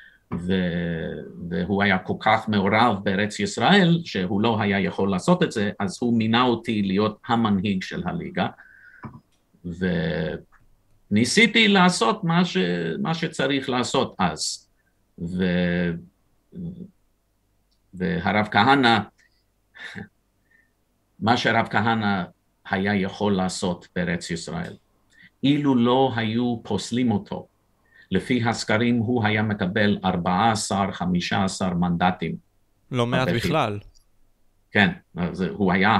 והוא היה כל כך מעורב בארץ ישראל, שהוא לא היה יכול לעשות את זה, אז הוא מינה אותי להיות המנהיג של הליגה, וניסיתי לעשות מה, ש... מה שצריך לעשות אז. ו... והרב כהנא, מה שהרב כהנא היה יכול לעשות בארץ ישראל, אילו לא היו פוסלים אותו, לפי הסקרים הוא היה מקבל ארבעה עשר חמישה עשר מנדטים. לא מעט בכלל. כן, הוא היה,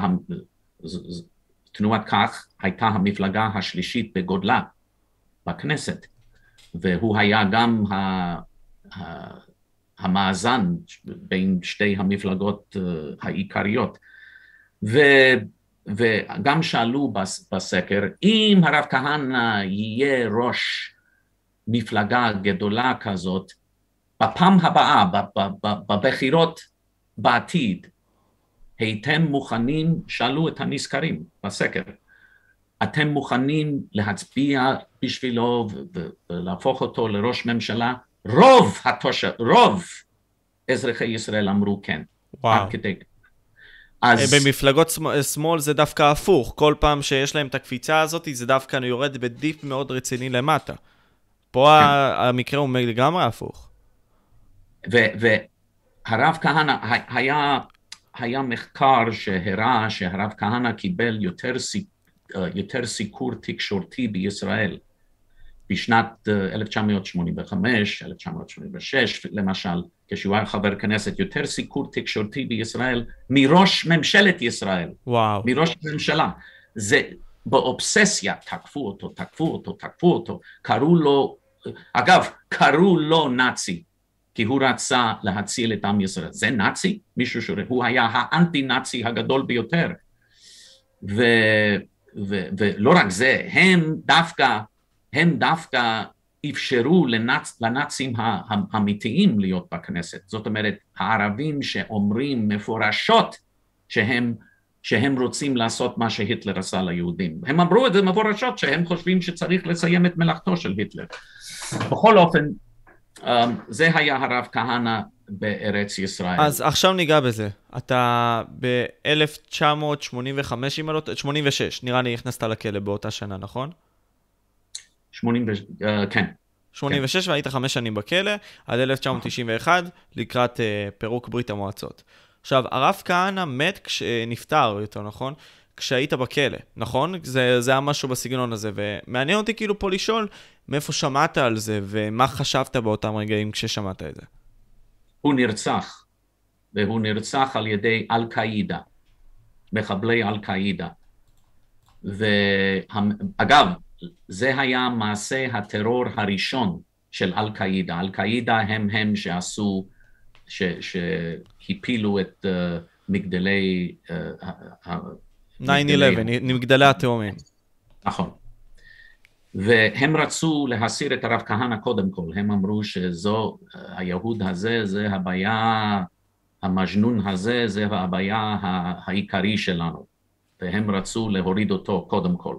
תנועת כך הייתה המפלגה השלישית בגודלה בכנסת, והוא היה גם המאזן בין שתי המפלגות העיקריות. וגם שאלו בסקר, אם הרב כהנא יהיה ראש מפלגה גדולה כזאת, בפעם הבאה, בבחירות בעתיד, הייתם מוכנים, שאלו את הנזכרים בסקר, אתם מוכנים להצביע בשבילו ולהפוך אותו לראש ממשלה? רוב התושב, רוב אזרחי ישראל אמרו כן. וואו. אז... במפלגות שמאל זה דווקא הפוך, כל פעם שיש להם את הקפיצה הזאת, זה דווקא יורד בדיפ מאוד רציני למטה. פה כן. המקרה הוא לגמרי הפוך. והרב כהנא, היה, היה מחקר שהראה שהרב כהנא קיבל יותר, יותר סיקור תקשורתי בישראל, בשנת אלף תשע מאות שמונים וחמש, אלף תשע מאות שמונים ושש, למשל, כשהוא היה חבר כנסת, יותר סיקור תקשורתי בישראל, מראש ממשלת ישראל. וואו. מראש ממשלה. זה באובססיה, תקפו אותו, תקפו אותו, תקפו אותו, קראו לו, אגב, קראו לו נאצי, כי הוא רצה להציל את עם ישראל. זה נאצי? מישהו שהוא, הוא היה האנטי-נאצי הגדול ביותר. ו, ו, ולא רק זה, הם דווקא, הם דווקא אפשרו לנאצ, לנאצים האמיתיים להיות בכנסת. זאת אומרת, הערבים שאומרים מפורשות שהם, שהם רוצים לעשות מה שהיטלר עשה ליהודים. הם אמרו את זה מפורשות, שהם חושבים שצריך לסיים את מלאכתו של היטלר. בכל אופן, זה היה הרב כהנא בארץ ישראל. אז עכשיו ניגע בזה. אתה ב-אלף תשע מאות שמונים וחמש, שמונים ושש, נראה לי נכנסת לכלא באותה שנה, נכון? שמונים ושש, כן. שמונים ושש, והיית חמש שנים בכלא, עד אלף תשע מאות תשעים ואחת, לקראת פירוק ברית המועצות. עכשיו, הרב כהנא מת כשנפטר, יותר נכון, כשהיית בכלא, נכון? זה, זה היה משהו בסגנון הזה, ומעניין אותי כאילו פה לשאול, מאיפה שמעת על זה, ומה חשבת באותם רגעים כששמעת את זה? הוא נרצח, והוא נרצח על ידי אל-קאידה, מחבלי אל-קאידה. ואגב, זה היה מעשה הטרור הראשון של אל-קאידה. אל-קאידה הם הם שעשו, ש, שהפילו את uh, מגדלי... Uh, תשע אחת עשרה, מגדלי התאומים. נכון. והם רצו להסיר את הרב כהנא קודם כל. הם אמרו שזו, היהוד הזה, זה הבעיה, המג'נון הזה, זה הבעיה העיקרי שלנו. והם רצו להוריד אותו קודם כל.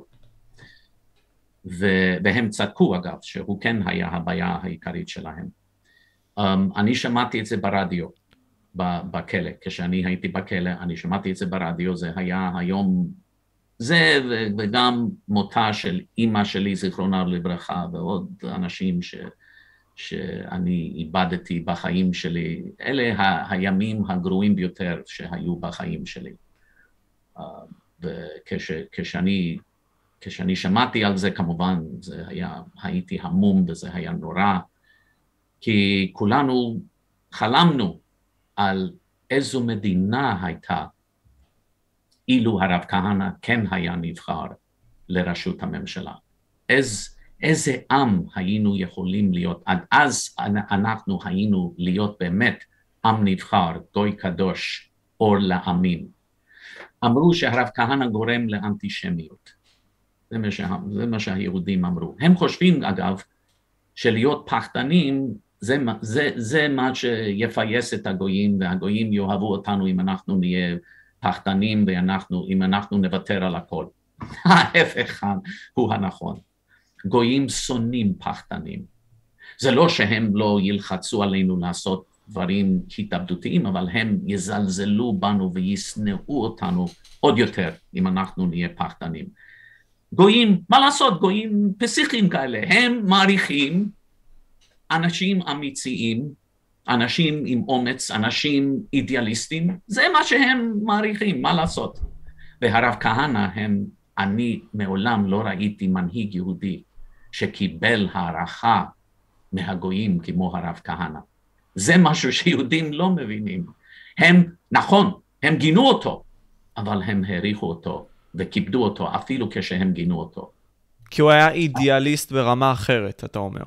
והם צדקו אגב, שהוא כן היה הבעיה העיקרית שלהם. Um, אני שמעתי את זה ברדיו, בכלא, כשאני הייתי בכלא, אני שמעתי את זה ברדיו, זה היה היום, זה וגם מותה של אמא שלי, זיכרונה לברכה, ועוד אנשים ש, שאני איבדתי בחיים שלי, אלה ה, הימים הגרועים ביותר שהיו בחיים שלי. Uh, וכשאני, כשאני שמעתי על זה, כמובן, זה היה, הייתי המום וזה היה נורא, כי כולנו חלמנו על איזו מדינה הייתה, אילו הרב כהנא כן היה נבחר לראשות הממשלה. איז, איזה עם היינו יכולים להיות, עד אז אנחנו היינו להיות באמת עם נבחר, גוי קדוש, אור לעמים. אמרו שהרב כהנא גורם לאנטישמיות. זה מה, שה, זה מה שהיהודים אמרו. הם חושבים, אגב, שלהיות פחדנים, זה, זה, זה מה שיפייס את הגויים, והגויים יאהבו אותנו אם אנחנו נהיה פחדנים, ואנחנו, אם אנחנו נוותר על הכל. ההפך הוא הנכון. גויים שונאים פחדנים. זה לא שהם לא ילחצו עלינו לעשות דברים התאבדותיים, אבל הם יזלזלו בנו וישנאו אותנו עוד יותר אם אנחנו נהיה פחדנים. גויים, מה לעשות? גויים פסיכיים כאלה, הם מעריכים אנשים אמיציים, אנשים עם אומץ, אנשים אידיאליסטים, זה מה שהם מעריכים, מה לעשות? והרב כהנא הם, אני מעולם לא ראיתי מנהיג יהודי שקיבל הערכה מהגויים כמו הרב כהנא. זה משהו שיהודים לא מבינים. הם, נכון, הם גינו אותו, אבל הם העריכו אותו וכיבדו אותו אפילו כשהם גינו אותו. כי הוא היה אידיאליסט ברמה אחרת, אתה אומר.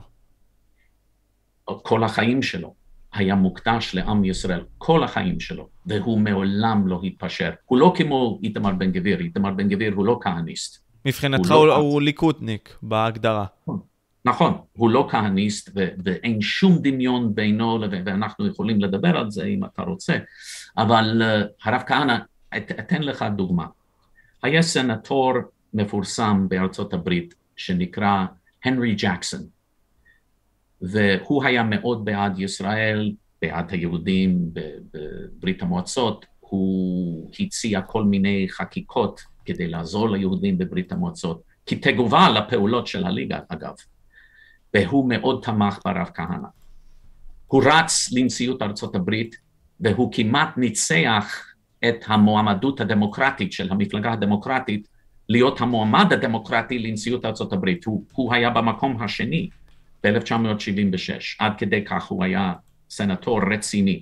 כל החיים שלו היה מוקדש לעם ישראל, כל החיים שלו, והוא מעולם לא התפשר. הוא לא כמו איתמר בן גביר, איתמר בן גביר הוא לא כהניסט. מבחינתך הוא, לא... הוא ליכודניק בהגדרה. נכון, הוא לא כהניסט, ו- ואין שום דמיון בינו, ואנחנו יכולים לדבר על זה אם אתה רוצה, אבל uh, הרב כהנא, את, אתן לך דוגמה. היה סנטור מפורסם בארצות הברית, שנקרא הנרי ג'קסון, והוא היה מאוד בעד ישראל, בעד היהודים בברית המועצות, הוא הציע כל מיני חקיקות כדי לעזור ליהודים בברית המועצות, כתגובה לפעולות של הליגה אגב, והוא מאוד תמך ברב כהנא. הוא רץ לנשיאות ארצות הברית, והוא כמעט ניצח את המועמדות הדמוקרטית של המפלגה הדמוקרטית, להיות המועמד הדמוקרטי לנשיאות ארצות הברית. הוא, הוא היה במקום השני ב-אלף תשע מאות שבעים ושש, עד כדי כך הוא היה סנטור רציני,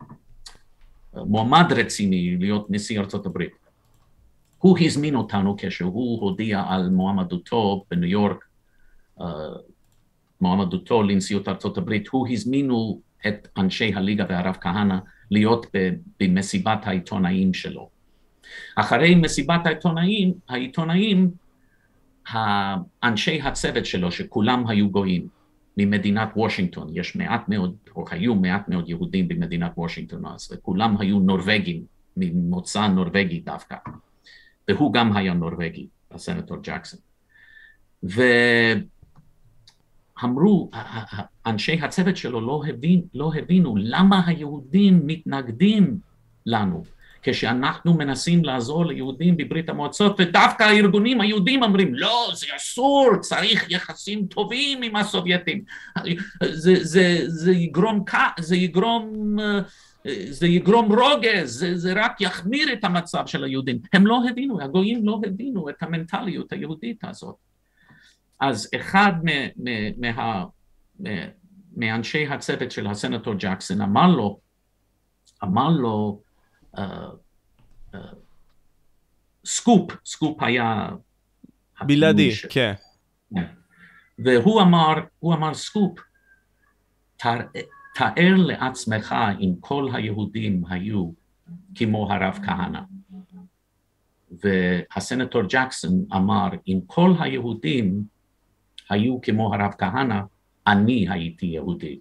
מועמד רציני להיות נשיא ארצות הברית. הוא הזמין אותנו כשהוא הודיע על מועמדותו בניו יורק, uh, מועמדותו לנשיאות ארצות הברית, הוא הזמינו את אנשי הליגה והרב כהנא להיות במסיבת העיתונאים שלו. אחרי מסיבת העיתונאים, העיתונאים, האנשי הצוות שלו, שכולם היו גויים, ממדינת וושינגטון, יש מעט מאוד, או היו מעט מאוד יהודים במדינת וושינגטון אז, וכולם היו נורווגים, ממוצא נורווגי דווקא, והוא גם היה נורווגי, הסנטור ג'קסון. ואמרו, אנשי הצוות שלו לא, הבין, לא הבינו למה היהודים מתנגדים לנו, כשאנחנו מנסים לעזור ליהודים בברית המועצות, ודווקא הארגונים היהודים אומרים, לא, זה אסור, צריך יחסים טובים עם הסובייטים. זה, זה, זה יגרום, זה יגרום, זה יגרום רוגז, זה, זה רק יחמיר את המצב של היהודים. הם לא הבינו, הגויים לא הבינו את המנטליות היהודית הזאת. אז אחד מה, מה, מה, מאנשי הצוות של הסנטור ג'קסון אמר לו, אמר לו, Uh, uh, סקופ, סקופ היה בלעדי, כן. והוא אמר, הוא אמר סקופ, תאר, תאר לעצמך אם כל היהודים היו כמו הרב כהנא. והסנטור ג'קסון אמר, אם כל היהודים היו כמו הרב כהנא, אני הייתי יהודי.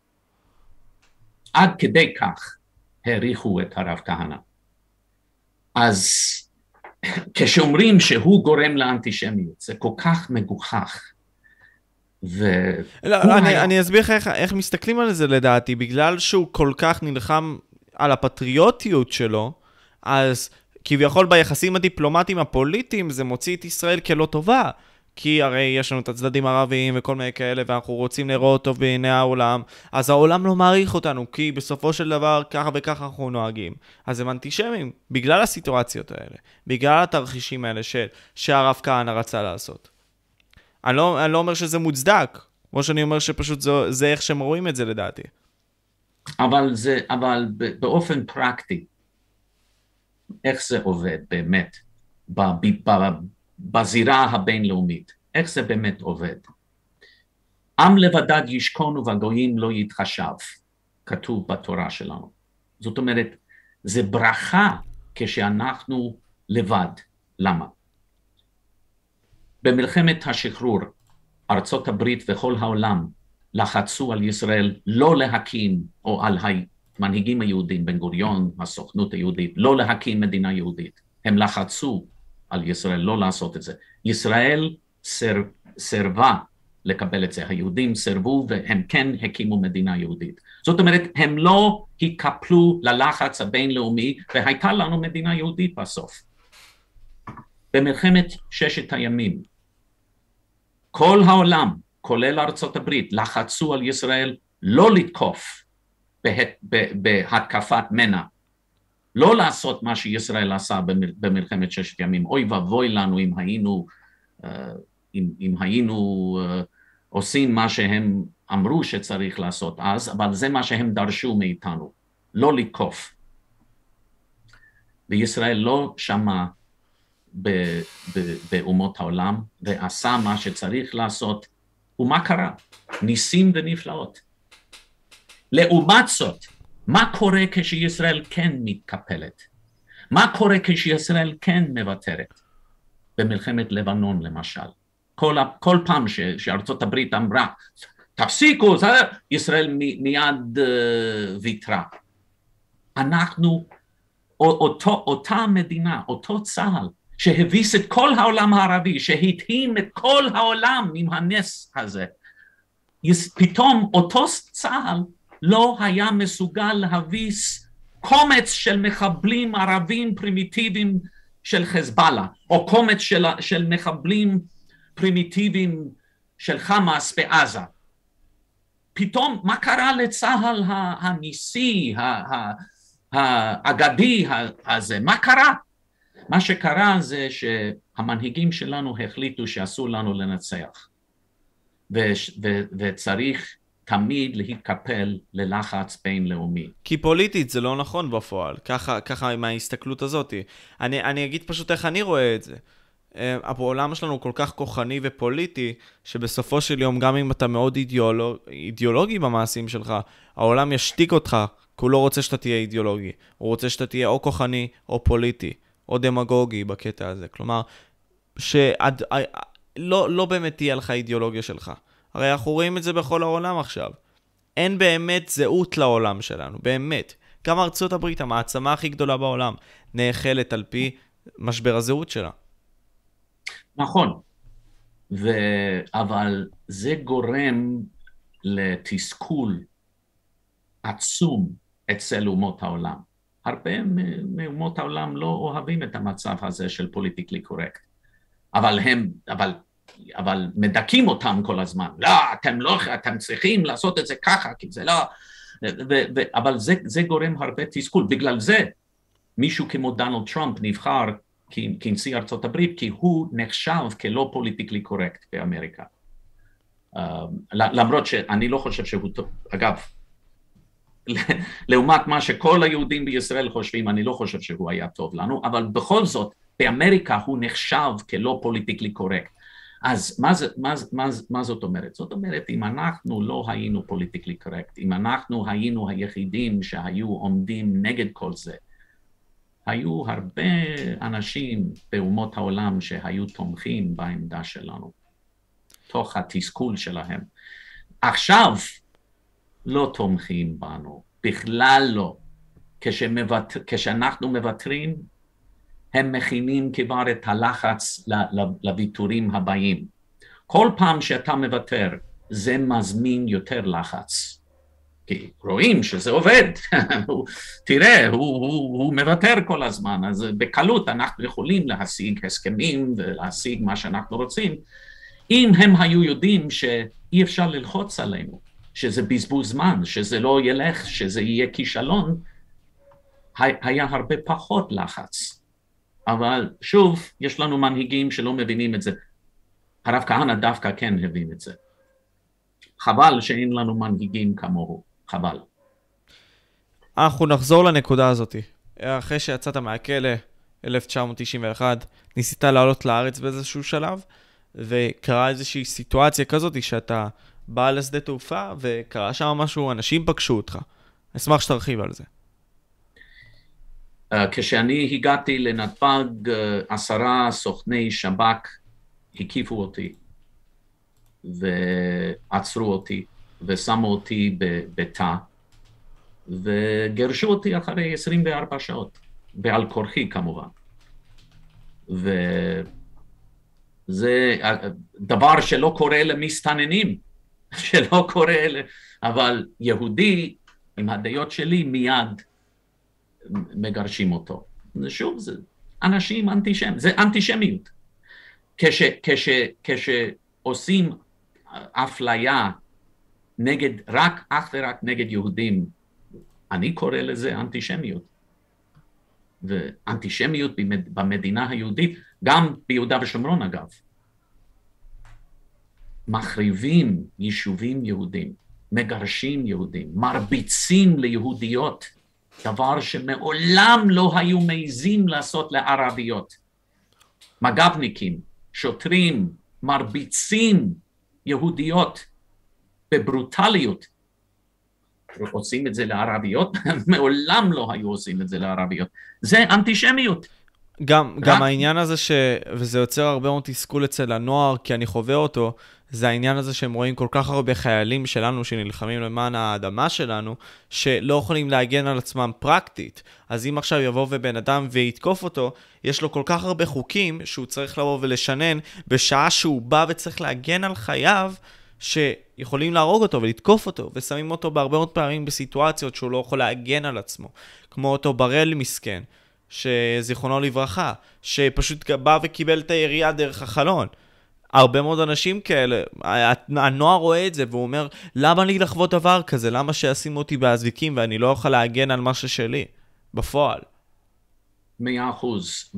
עד כדי כך העריכו את הרב כהנא. אז כשאומרים שהוא גורם לאנטישמיות, זה כל כך מגוחך. ו... לא, אני, היה... אני אסביר איך, איך מסתכלים על זה לדעתי, בגלל שהוא כל כך נלחם על הפטריוטיות שלו, אז כביכול ביחסים הדיפלומטיים הפוליטיים זה מוציא את ישראל כלא טובה, כי הרי יש לנו את הצדדים הערביים וכל מיני כאלה, ואנחנו רוצים לראות טוב בעיני העולם, אז העולם לא מעריך אותנו, כי בסופו של דבר ככה וככה אנחנו נוהגים. אז הם אנטישמים, בגלל הסיטואציות האלה, בגלל התרחישים האלה של, שהרב כהנא רצה לעשות. אני לא, אני לא אומר שזה מוצדק, כמו שאני אומר שפשוט זה, זה איך שהם רואים את זה לדעתי. אבל זה, אבל באופן פרקטי, איך זה עובד באמת, ב, ב, ב, בזירה הבינלאומית, איך זה באמת עובד? עם לבדד ישכון ובגויים לא יתחשב, כתוב בתורה שלנו. זאת אומרת, זה ברכה כשאנחנו לבד. למה? במלחמת השחרור, ארצות הברית וכל העולם לחצו על ישראל לא להקים, או על המנהיגים היהודים, בן גוריון, הסוכנות היהודית, לא להקים מדינה יהודית. הם לחצו על ישראל לא לעשות את זה. ישראל סר, סרבה לקבל את זה. היהודים סרבו והם כן הקימו מדינה יהודית. זאת אומרת, הם לא התקפלו ללחץ הבינלאומי, והייתה לנו מדינה יהודית בסוף. במלחמת ששת הימים, כל העולם, כולל ארצות הברית, לחצו על ישראל לא לתקוף בהתקפת מנע, לא לעשות מה שישראל עשה במלחמת ששת ימים. אוי ואבוי לנו אם היינו, אם, אם היינו עושים מה שהם אמרו שצריך לעשות אז, אבל זה מה שהם דרשו מאיתנו, לא לתקוף. וישראל לא שמע באומות העולם, ועשה מה שצריך לעשות, ומה קרה? ניסים ונפלאות. לעומת זאת, מה קורה כשישראל כן מתקפלת? מה קורה כשישראל כן מוותרת? במלחמת לבנון למשל. כל, כל פעם ש, שארצות הברית אמרה, תפסיקו, ישראל מיד uh, ויתרה. אנחנו, אותו, אותה מדינה, אותו צהל, שהביס את כל העולם הערבי, שהתאים את כל העולם עם הנס הזה. פתאום אותו צהל לא היה מסוגל להביס קומץ של מחבלים ערבים פרימיטיביים של חזבאללה, או קומץ של, של מחבלים פרימיטיביים של חמאס בעזה. פתאום מה קרה לצהל הניסי, האגדי הזה? מה קרה? מה שקרה זה שהמנהיגים שלנו החליטו שאסור לנו לנצח, ו- ו- וצריך תמיד להתקפל ללחץ בינלאומי. כי פוליטית זה לא נכון בפועל, ככה, ככה עם ההסתכלות הזאת. אני, אני אגיד פשוט איך אני רואה את זה. העולם שלנו כל כך כוחני ופוליטי, שבסופו של יום, גם אם אתה מאוד אידיאולוג, אידיאולוגי במעשים שלך, העולם ישתיק אותך, כי הוא לא רוצה שאתה תהיה אידיאולוגי. הוא רוצה שאתה תהיה או כוחני או פוליטי, או דמגוגי בקטע הזה. כלומר, שעד, לא, לא באמת תהיה לך אידיאולוגיה שלך. הרי אנחנו רואים את זה בכל העולם עכשיו. אין באמת זהות לעולם שלנו, באמת. גם ארצות הברית, המעצמה הכי גדולה בעולם, נאכלת על פי משבר הזהות שלה. נכון, ו... אבל זה גורם לתסכול עצום אצל אומות העולם. הרבה מאומות העולם לא אוהבים את המצב הזה של פוליטיקלי קורקט, אבל הם, אבל, אבל מדכים אותם כל הזמן. לא, אתם לא, אתם צריכים לעשות את זה ככה, כי זה לא... ו... ו... אבל זה, זה גורם הרבה תסכול. בגלל זה מישהו כמו דונלד טראמפ נבחר כנשיא ארצות הברית, כי הוא נחשב כלא פוליטיקלי קורקט באמריקה. למרות שאני לא חושב שהוא טוב. אגב, לעומת מה שכל היהודים בישראל חושבים, אני לא חושב שהוא היה טוב לנו, אבל בכל זאת, באמריקה הוא נחשב כלא פוליטיקלי קורקט. אז מה, זה, מה, מה, מה זאת אומרת? זאת אומרת, אם אנחנו לא היינו פוליטיקלי קורקט, אם אנחנו היינו היחידים שהיו עומדים נגד כל זה, היו הרבה אנשים באומות העולם שהיו תומכים בעמדה שלנו, תוך התסכול שלהם. עכשיו לא תומכים בנו, בכלל לא. כשמוות... כשאנחנו מבטרים, הם מכינים כבר את הלחץ לוויתורים הבאים. כל פעם שאתה מבטר, זה מזמין יותר לחץ. כי רואים שזה עובד, תראה, הוא, הוא, הוא מוותר כל הזמן, אז בקלות אנחנו יכולים להשיג הסכמים ולהשיג מה שאנחנו רוצים, אם הם היו יודעים שאי אפשר ללחוץ עלינו, שזה בזבוז זמן, שזה לא ילך, שזה יהיה כישלון, היה הרבה פחות לחץ. אבל שוב, יש לנו מנהיגים שלא מבינים את זה. הרב כהנא דווקא כן הבין את זה. חבל שאין לנו מנהיגים כמוהו. חבל. אנחנו נחזור לנקודה הזאת. אחרי שיצאת מהכלא אלף תשע מאות תשעים ואחת, ניסית לעלות לארץ באיזשהו שלב, וקרה איזושהי סיטואציה כזאת שאתה בא לשדה תעופה וקרה שם משהו, אנשים פגשו אותך. אשמח שתרחיב על זה. Uh, כשאני הגעתי לנתב"ג, uh, עשרה סוכני שב"כ הקיפו אותי ועצרו אותי ושמו אותי בתא וגרשו אותי אחרי עשרים וארבע שעות, בעל כורחי כמובן. וזה דבר שלא קורה למסתננים, שלא קורה, אבל יהודי עם הדעות שלי מיד מגרשים אותו. שוב, זה אנשים אנטישמים, זה אנטישמיות. כש, כש, כשעושים אפליה נגד, רק, אך ורק נגד יהודים, אני קורא לזה אנטישמיות. ואנטישמיות במדינה היהודית, גם ביהודה ושומרון אגב. מחריבים יישובים יהודים, מגרשים יהודים, מרביצים ליהודיות, דבר שמעולם לא היו מעיזים לעשות לערביות. מג"בניקים, שוטרים, מרביצים יהודיות בברוטליות. עושים את זה לערביות? מעולם לא היו עושים את זה לערביות. זה אנטישמיות. גם, גם העניין הזה ש... וזה יוצר הרבה מאוד תסכול אצל הנוער, כי אני חווה אותו, זה העניין הזה שהם רואים כל כך הרבה חיילים שלנו שנלחמים למען האדמה שלנו, שלא יכולים להגן על עצמם פרקטית. אז אם עכשיו יבוא ובן אדם ויתקוף אותו, יש לו כל כך הרבה חוקים שהוא צריך לבוא ולשנן, בשעה שהוא בא וצריך להגן על חייו, שיכולים להרוג אותו ולתקוף אותו, ושמים אותו בהרבה מאוד פעמים בסיטואציות שהוא לא יכול להגן על עצמו. כמו אותו ברל מסכן, שזיכרונו לברכה, שפשוט בא וקיבל את הירייה דרך החלון. הרבה מאוד אנשים כאלה, הנוער רואה את זה והוא אומר, למה לי לחוות דבר כזה? למה שישימו אותי באזיקים ואני לא אוכל להגן על מה ששלי? בפועל. מאה אחוז,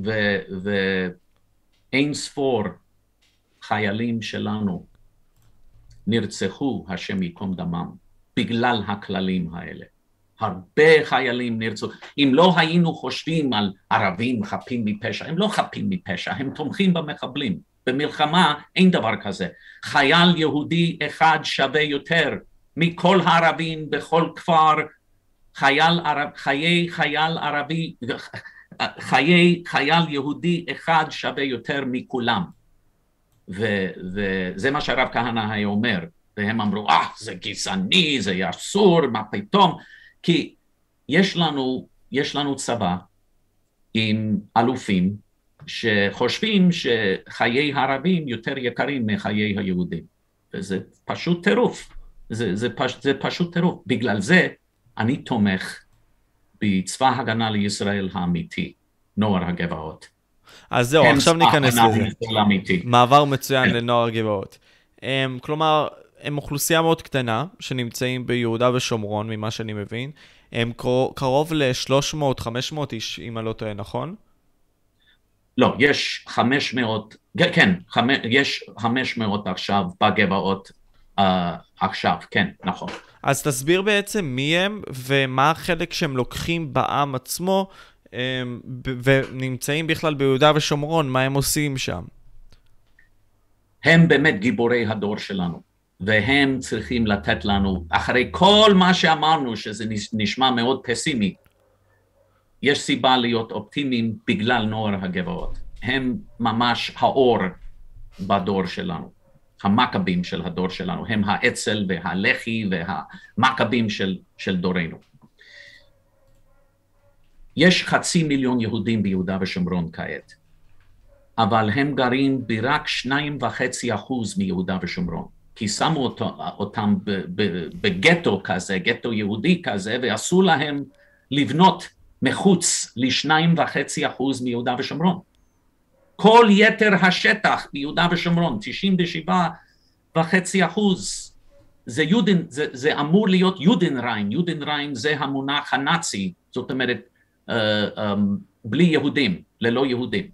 ואין ספור חיילים שלנו נרצחו, השם ייקום דמם, בגלל הכללים האלה. הרבה חיילים נרצחו. אם לא היינו חושבים על ערבים חפים מפשע, הם לא חפים מפשע, הם תומכים במחבלים. במלחמה אין דבר כזה. חייל יהודי אחד שווה יותר מכל הערבים בכל כפר. חייל ערב, חיי חייל ערבי, חיי חייל יהודי אחד שווה יותר מכולם. ו, וזה מה שהרב כהנא היה אומר. והם אמרו, אה, זה גזעני, זה אסור, מה פתאום? כי יש לנו, יש לנו צבא עם אלופים, שחושבים שחיי הערבים יותר יקרים מחיי היהודים. וזה פשוט טירוף. זה, זה, פש, זה פשוט טירוף. בגלל זה אני תומך בצבא הגנה לישראל האמיתי, נוער הגבעות. אז זהו, עכשיו ניכנס לזה. לאמיתי. מעבר מצוין לנוער הגבעות. הם, כלומר, הם אוכלוסייה מאוד קטנה, שנמצאים ביהודה ושומרון, ממה שאני מבין. הם קרוב ל-שלוש מאות חמש מאות איש, אם אני לא טועה, נכון? לא, יש חמש מאות, כן, חמש, יש חמש מאות עכשיו בגבעות uh, עכשיו, כן, נכון. אז תסביר בעצם מי הם ומה החלק שהם לוקחים בעם עצמו ונמצאים בכלל ביהודה ושומרון, מה הם עושים שם? הם באמת גיבורי הדור שלנו, והם צריכים לתת לנו, אחרי כל מה שאמרנו שזה נשמע מאוד פסימי, יש סיבה להיות אופטימיים בגלל נוער הגבעות. הם ממש האור בדור שלנו. המכבים של הדור שלנו. הם האצ"ל והלח"י והמכבים של, של דורנו. יש חצי מיליון יהודים ביהודה ושומרון כעת. אבל הם גרים ברק שניים וחצי אחוז מיהודה ושומרון. כי שמו אותו, אותם בגטו כזה, גטו יהודי כזה, ועשו להם לבנות מחוץ לשניים וחצי אחוז מיהודה ושומרון. כל יתר השטח ביהודה ושומרון, תשעים ושבעה וחצי אחוז, זה יודן, זה, זה אמור להיות יודנריין, יודנריין זה המונח הנאצי, זאת אומרת, uh, um, בלי יהודים, ללא יהודים.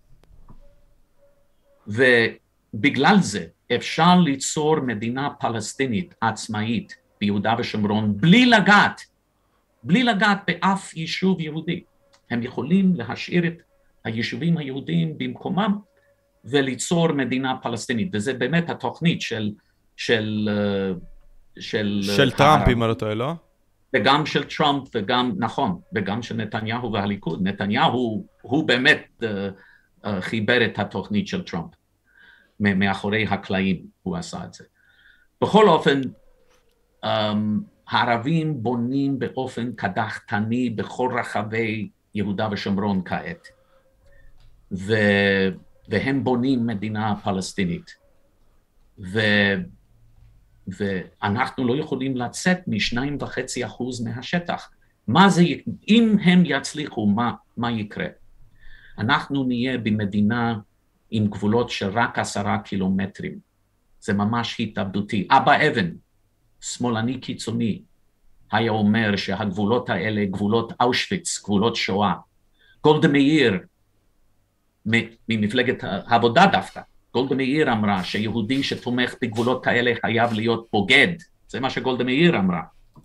ובגלל זה אפשר ליצור מדינה פלסטינית עצמאית ביהודה ושומרון, בלי לגעת, בלי לגעת באף יישוב יהודי. הם יכולים להשאיר את היישובים היהודיים במקומם וליצור מדינה פלסטינית. וזה באמת התוכנית של, של של... של טראמפ, אם אני לא טועה, לא? וגם של טראמפ, וגם, נכון, וגם של נתניהו והליכוד. נתניהו, הוא באמת uh, uh, חיבר את התוכנית של טראמפ. מאחורי הקלעים הוא עשה את זה. בכל אופן, um, הערבים בונים באופן קדחתני בכל רחבי יהודה ושומרון כעת. ו... והם בונים מדינה פלסטינית. ו... ואנחנו לא יכולים לצאת משניים וחצי אחוז מהשטח. מה זה, אם הם יצליחו, מה, מה יקרה? אנחנו נהיה במדינה עם גבולות של רק עשרה קילומטרים. זה ממש התאבדותי. אבא אבן, שמאלני קיצוני, היה אומר שהגבולות האלה גבולות אושוויץ, גבולות שואה. גולדה מאיר, ממפלגת העבודה דווקא, גולדה מאיר אמרה שיהודי שתומך בגבולות כאלה חייב להיות בוגד. זה מה שגולדה מאיר אמרה.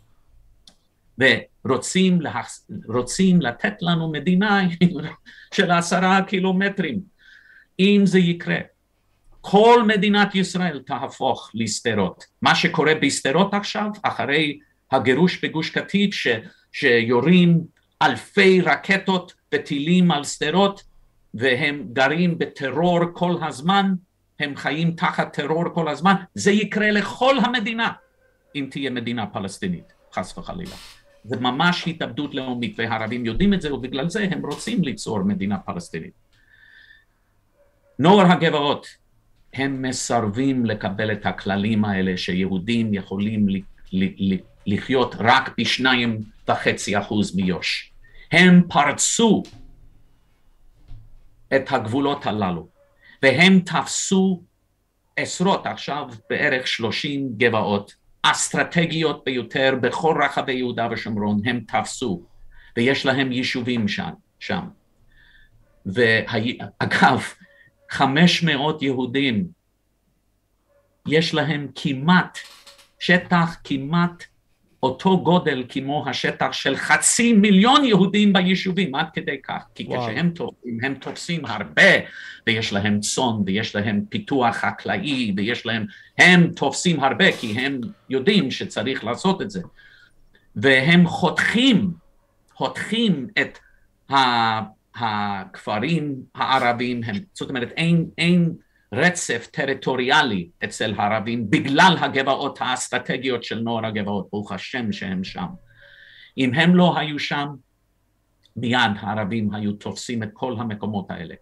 ורוצים להחס... רוצים לתת לנו מדינה של עשרה קילומטרים. אם זה יקרה, כל מדינת ישראל תהפוך לסתרות. מה שקורה בסתרות עכשיו, אחרי הגירוש בגוש קטיף, ש... שיורים אלפי רקטות וטילים על סתרות, והם גרים בטרור כל הזמן, הם חיים תחת טרור כל הזמן, זה יקרה לכל המדינה, אם תהיה מדינה פלסטינית, חס וחלילה. זה ממש התאבדות לאומית, והערבים יודעים את זה, ובגלל זה הם רוצים ליצור מדינה פלסטינית. נוער הגבעות, הם מסרבים לקבל את הכללים האלה, שיהודים יכולים לחיות רק בשניים וחצי אחוז מיוש. הם פרצו את הגבולות הללו, והם תפסו עשרות, עכשיו בערך שלושים גבעות, אסטרטגיות ביותר בכל רחבי יהודה ושומרון, הם תפסו, ויש להם יישובים שם. שם. ואגב, חמש מאות יהודים, יש להם כמעט, שטח כמעט אותו גודל כמו השטח של חצי מיליון יהודים ביישובים, עד כדי כך. כי וואו. כשהם תופסים, הם תופסים הרבה, ויש להם צאן, ויש להם פיתוח חקלאי, ויש להם, הם תופסים הרבה, כי הם יודעים שצריך לעשות את זה. והם חותכים, חותכים את הכפרים הערבים, הם, זאת אומרת, אין, אין רצף טריטוריאלי אצל הערבים, בגלל הגבעות האסטרטגיות של נוער הגבעות, ברוך השם שהם שם. אם הם לא היו שם, מיד הערבים היו תופסים את כל המקומות האלה.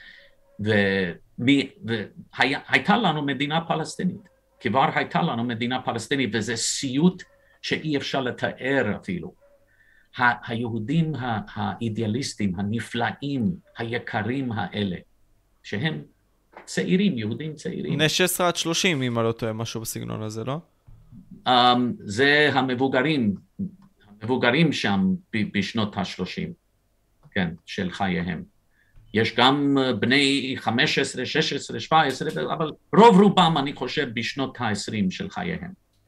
והייתה לנו מדינה פלסטינית, כבר הייתה לנו מדינה פלסטינית, וזה סיוט שאי אפשר לתאר אפילו. ה- היהודים האידיאליסטים, הנפלאים, היקרים האלה, שהם צעירים, יהודים צעירים. בני שש עשרה עד שלושים, אם אני לא טועה, משהו בסגנון הזה, לא? Um, זה המבוגרים, המבוגרים שם ב- בשנות ה-שלושים, כן, של חייהם. יש גם בני חמש עשרה, שש עשרה, שבע עשרה, אבל רוב רובם, אני חושב, בשנות ה-עשרים של חייהם.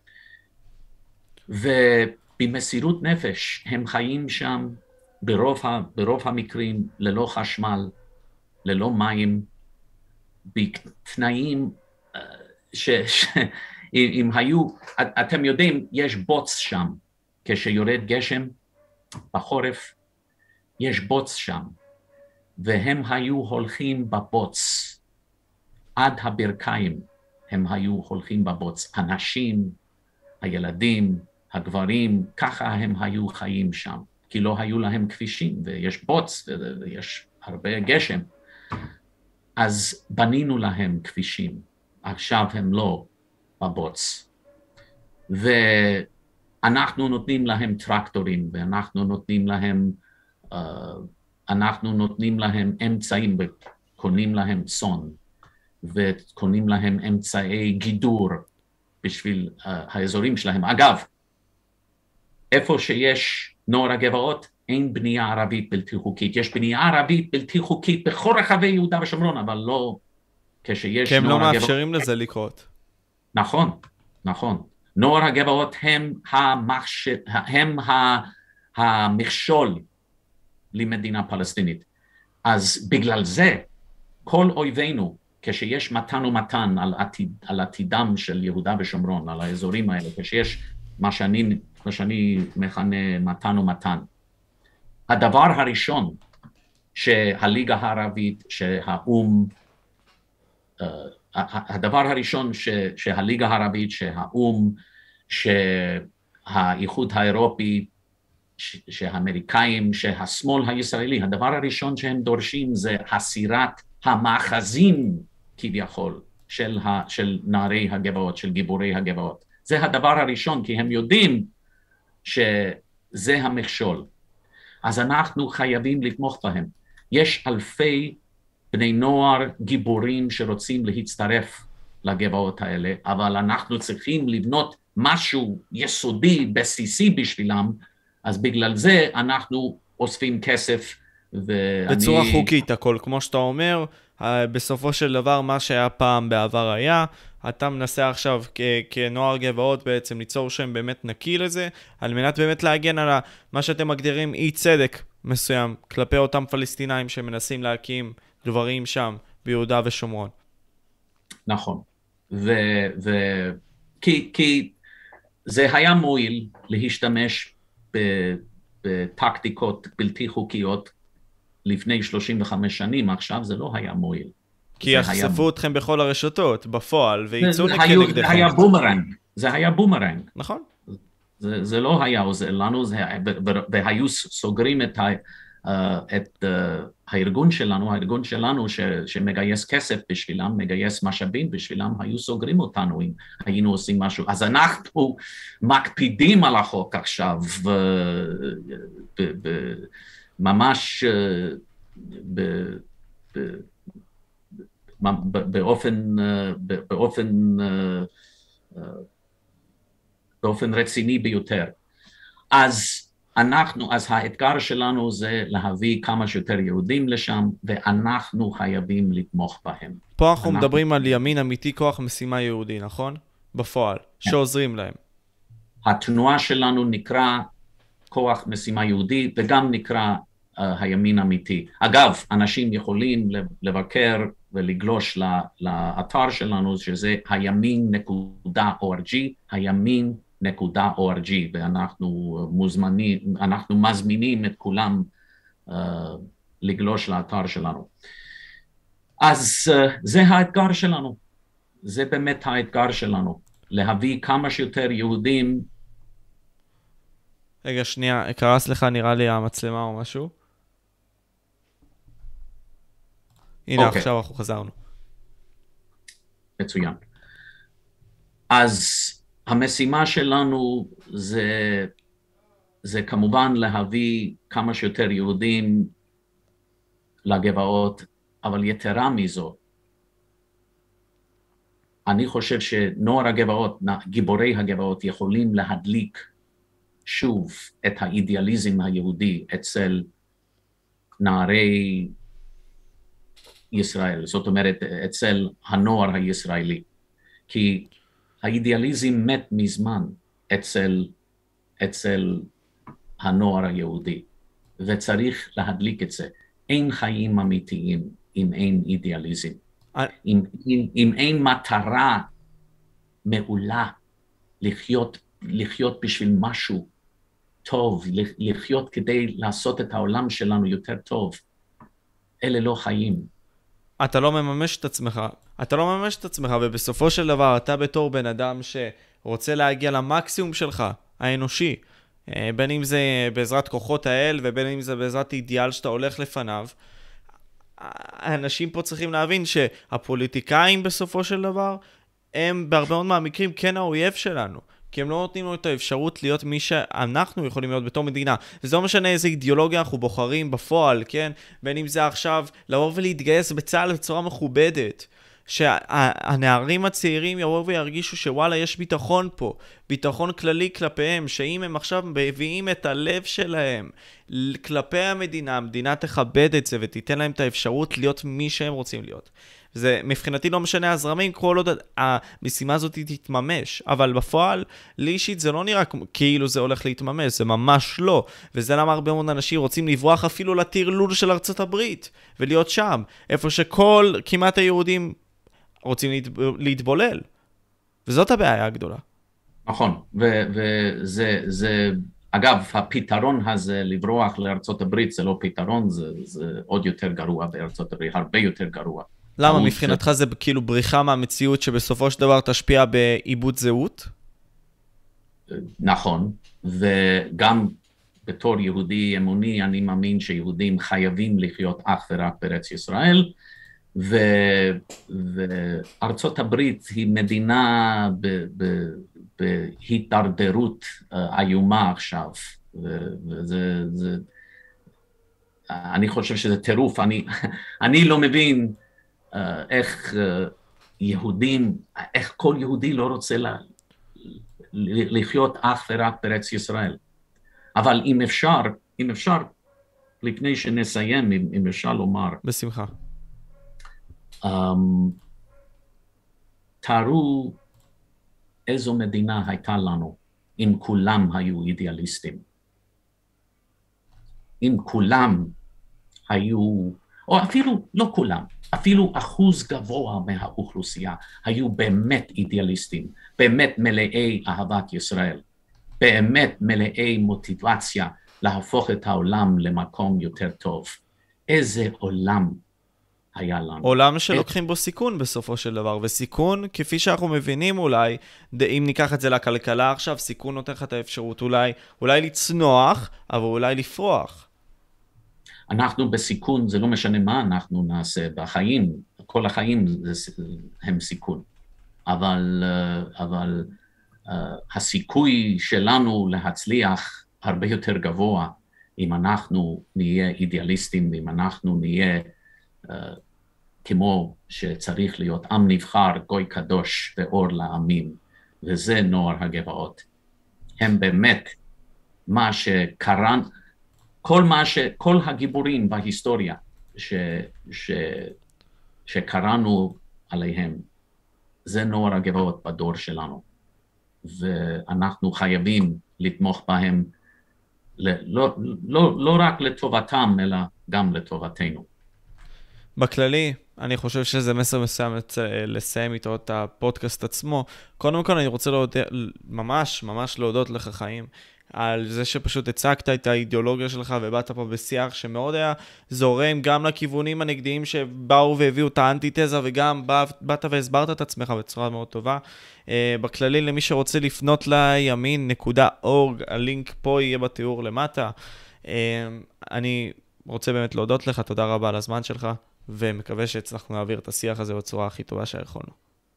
ובמסירות נפש, הם חיים שם ברוב, ה- ברוב המקרים, ללא חשמל, ללא מים, בתנאים שאם היו, אתם יודעים, יש בוץ שם, כשיורד גשם בחורף, יש בוץ שם, והם היו הולכים בבוץ, עד הברכיים הם היו הולכים בבוץ, הנשים, הילדים, הגברים, ככה הם היו חיים שם, כי לא היו להם כבישים, ויש בוץ ויש הרבה גשם. אז בנינו להם כבישים, עכשיו הם לא בבוץ. ואנחנו נותנים להם טרקטורים, ואנחנו נותנים להם, uh, אנחנו נותנים להם אמצעים, וקונים להם צאן, וקונים להם אמצעי גידור בשביל uh, האזורים שלהם. אגב, איפה שיש נוער הגבעות, אין בנייה ערבית בלתי חוקית. יש בנייה ערבית בלתי חוקית בכל רחבי יהודה ושומרון, אבל לא כשיש נוער הגבעות. כי הם לא מאפשרים הגבעות. לזה לקרות. נכון, נכון. נוער הגבעות הם, המחש... הם המכשול למדינה פלסטינית. אז בגלל זה, כל אויבינו, כשיש מתן ומתן על, עתיד, על עתידם של יהודה ושומרון, על האזורים האלה, כשיש מה שאני, מה שאני מכנה מתן ומתן, הדבר הראשון שהליגה הערבית, שהאום, uh, הדבר הראשון ש, שהליגה הערבית, שהאום, שהאיחוד האירופי, שהאמריקאים, שהשמאל הישראלי, הדבר הראשון שהם דורשים זה הסירת המאחזים כביכול של, ה, של נערי הגבעות, של גיבורי הגבעות. זה הדבר הראשון, כי הם יודעים שזה המכשול. אז אנחנו חייבים לתמוך בהם. יש אלפי בני נוער גיבורים שרוצים להצטרף לגבעות האלה, אבל אנחנו צריכים לבנות משהו יסודי, בסיסי בשבילם, אז בגלל זה אנחנו אוספים כסף. ואני... בצורה חוקית הכל, כמו שאתה אומר, בסופו של דבר מה שהיה פעם בעבר היה, אתה מנסה עכשיו כ- כנוער גבעות בעצם ליצור שם באמת נקי לזה, על מנת באמת להגן על מה שאתם מגדירים אי צדק מסוים, כלפי אותם פלסטינאים שמנסים להקים דברים שם ביהודה ושומרון. נכון, ו... ו... כי, כי זה היה מועיל להשתמש ב... בטקטיקות בלתי חוקיות לפני שלושים וחמש שנים, עכשיו זה לא היה מועיל. כי יחשפו היה... אתכם בכל הרשתות, בפועל, וייצאו נגדכם. זה היה בומרנג, זה היה בומרנג. נכון. זה, זה לא היה עוזר לנו, זה, והיו סוגרים את, ה, את הארגון שלנו, הארגון שלנו ש, שמגייס כסף בשבילם, מגייס משאבים בשבילם, היו סוגרים אותנו אם היינו עושים משהו. אז אנחנו מקפידים על החוק עכשיו, ו, ב, ב, ממש ב, ב, באופן, באופן, באופן רציני ביותר. אז אנחנו, אז האתגר שלנו זה להביא כמה שיותר יהודים לשם, ואנחנו חייבים לתמוך בהם. פה אנחנו מדברים על ימין אמיתי, כוח משימה יהודי, נכון? בפועל, שעוזרים להם. התנועה שלנו נקרא כוח משימה יהודי, וגם נקרא uh, הימין אמיתי. אגב, אנשים יכולים לבקר ולגלוש לאתר שלנו, שזה הימין נקודה או אר ג'י, הימין נקודה או אר ג'י, ואנחנו מוזמנים, אנחנו מזמינים את כולם uh, לגלוש לאתר שלנו. אז uh, זה האתגר שלנו, זה באמת האתגר שלנו, להביא כמה שיותר יהודים. רגע, שנייה, קרס לך נראה לי המצלמה או משהו? הנה, okay. עכשיו אנחנו חזרנו. מצוין. אז המשימה שלנו זה, זה כמובן להביא כמה שיותר יהודים לגבעות, אבל יתרה מזו, אני חושב שנוער הגבעות, גיבורי הגבעות, יכולים להדליק שוב את האידיאליזם היהודי אצל נערי ישראל, זאת אומרת אצל הנוער הישראלי, כי האידיאליזם מת מזמן אצל, אצל הנוער היהודי, וצריך להדליק את זה. אין חיים אמיתיים אם אין אידיאליזם, אם, אם, אם אין מטרה מעולה לחיות, לחיות בשביל משהו טוב, לחיות כדי לעשות את העולם שלנו יותר טוב, אלה לא חיים. אתה לא מממש את עצמך, אתה לא מממש את עצמך, ובסופו של דבר אתה בתור בן אדם שרוצה להגיע למקסימום שלך, האנושי, בין אם זה בעזרת כוחות האל, ובין אם זה בעזרת אידיאל שאתה הולך לפניו, האנשים פה צריכים להבין שהפוליטיקאים בסופו של דבר, הם בהרבה מאוד מהמקרים כן האויב שלנו, כי הם לא נותנים לו את האפשרות להיות מי שאנחנו יכולים להיות בתור מדינה. וזה לא משנה איזה אידיאולוגיה אנחנו בוחרים בפועל, כן? בין אם זה עכשיו לבוא ולהתגייס בצה"ל בצורה מכובדת, שהנערים הצעירים יבואו וירגישו שוואלה יש ביטחון פה, ביטחון כללי כלפיהם, שאם הם עכשיו מביאים את הלב שלהם כלפי המדינה, המדינה תכבד את זה ותיתן להם את האפשרות להיות מי שהם רוצים להיות. זה מבחינתי לא משנה הזרמים, כל עוד המשימה הזאת תתממש, אבל בפועל, לי אישית זה לא נראה כאילו זה הולך להתממש, זה ממש לא, וזה למה הרבה מאוד אנשים רוצים לברוח אפילו לטרלול של ארצות הברית, ולהיות שם, איפה שכל, כמעט היהודים רוצים להתבולל. וזאת הבעיה הגדולה. נכון, וזה, זה, אגב, הפתרון הזה לברוח לארצות הברית זה לא פתרון, זה, זה עוד יותר גרוע בארצות הברית, הרבה יותר גרוע. למה? מבחינתך זה כאילו בריחה מהמציאות שבסופו של דבר תשפיע בעיבוד זהות? נכון, וגם בתור יהודי אמוני, אני מאמין שיהודים חייבים לחיות אך ורק בארץ ישראל, ו... וארצות הברית היא מדינה ב... ב... בהתדרדרות איומה עכשיו, וזה... זה... אני חושב שזה טירוף, אני, אני לא מבין איך יהודים, איך כל יהודי לא רוצה לה... לחיות אך ורק בארץ ישראל. אבל אם אפשר, אם אפשר, לפני שנסיים, אם, אם אפשר לומר. בשמחה. Um, תארו איזו מדינה הייתה לנו, אם כולם היו אידיאליסטים. אם כולם היו, או אפילו לא כולם, אפילו אחוז גבוה מהאוכלוסייה, היו באמת אידיאליסטים, באמת מלאי אהבת ישראל. באמת מלאי מוטיבציה להפוך את העולם למקום יותר טוב. איזה עולם היה לנו. עולם שלוקחים בו סיכון בסופו של דבר, וסיכון, כפי שאנחנו מבינים אולי, אם ניקח את זה לכלכלה עכשיו, סיכון נותן לך את האפשרות אולי, אולי לצנוח, אבל אולי לפרוח. אנחנו בסיכון, זה לא משנה מה אנחנו נעשה בחיים, כל החיים הם סיכון. אבל, אבל, Uh, הסיכוי שלנו להצליח הרבה יותר גבוה אם אנחנו נהיה אידיאליסטים, אם אנחנו נהיה uh, כמו שצריך להיות עם נבחר, גוי קדוש ואור לעמים, וזה נוער הגבעות. הם באמת מה שקרן, כל מה ש... כל הגיבורים בהיסטוריה ש... ש... שקראנו עליהם, זה נוער הגבעות בדור שלנו. ואנחנו חייבים לתמוך בהם, לא, לא, לא רק לטובתם, אלא גם לטובתנו. בכללי, אני חושב שזה מסר מסוים לסיים איתו את הפודקאסט עצמו. קודם כל אני רוצה להודות, ממש, ממש להודות לך חיים, על זה שפשוט הצגת את האידיאולוגיה שלך ובאת פה בשיח שמאוד היה זורם גם לכיוונים הנגדיים שבאו והביאו את האנטיתזה, וגם באת והסברת את עצמך בצורה מאוד טובה. Uh, בכללי, למי שרוצה לפנות לימין נקודה אורג, הלינק פה יהיה בתיאור למטה. Uh, אני רוצה באמת להודות לך, תודה רבה על הזמן שלך, ומקווה שהצלחנו להעביר את השיח הזה בצורה הכי טובה שיכולנו.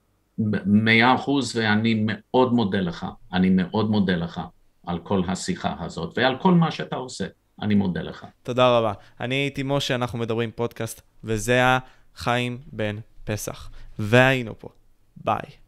מאה אחוז, ואני מאוד מודה לך, אני מאוד מודה לך על כל השיחה הזאת, ועל כל מה שאתה עושה. אני מודה לך. תודה רבה. אני הייתי משה, אנחנו מדברים פודקאסט, וזה החיים בן פסח. והיינו פה. ביי.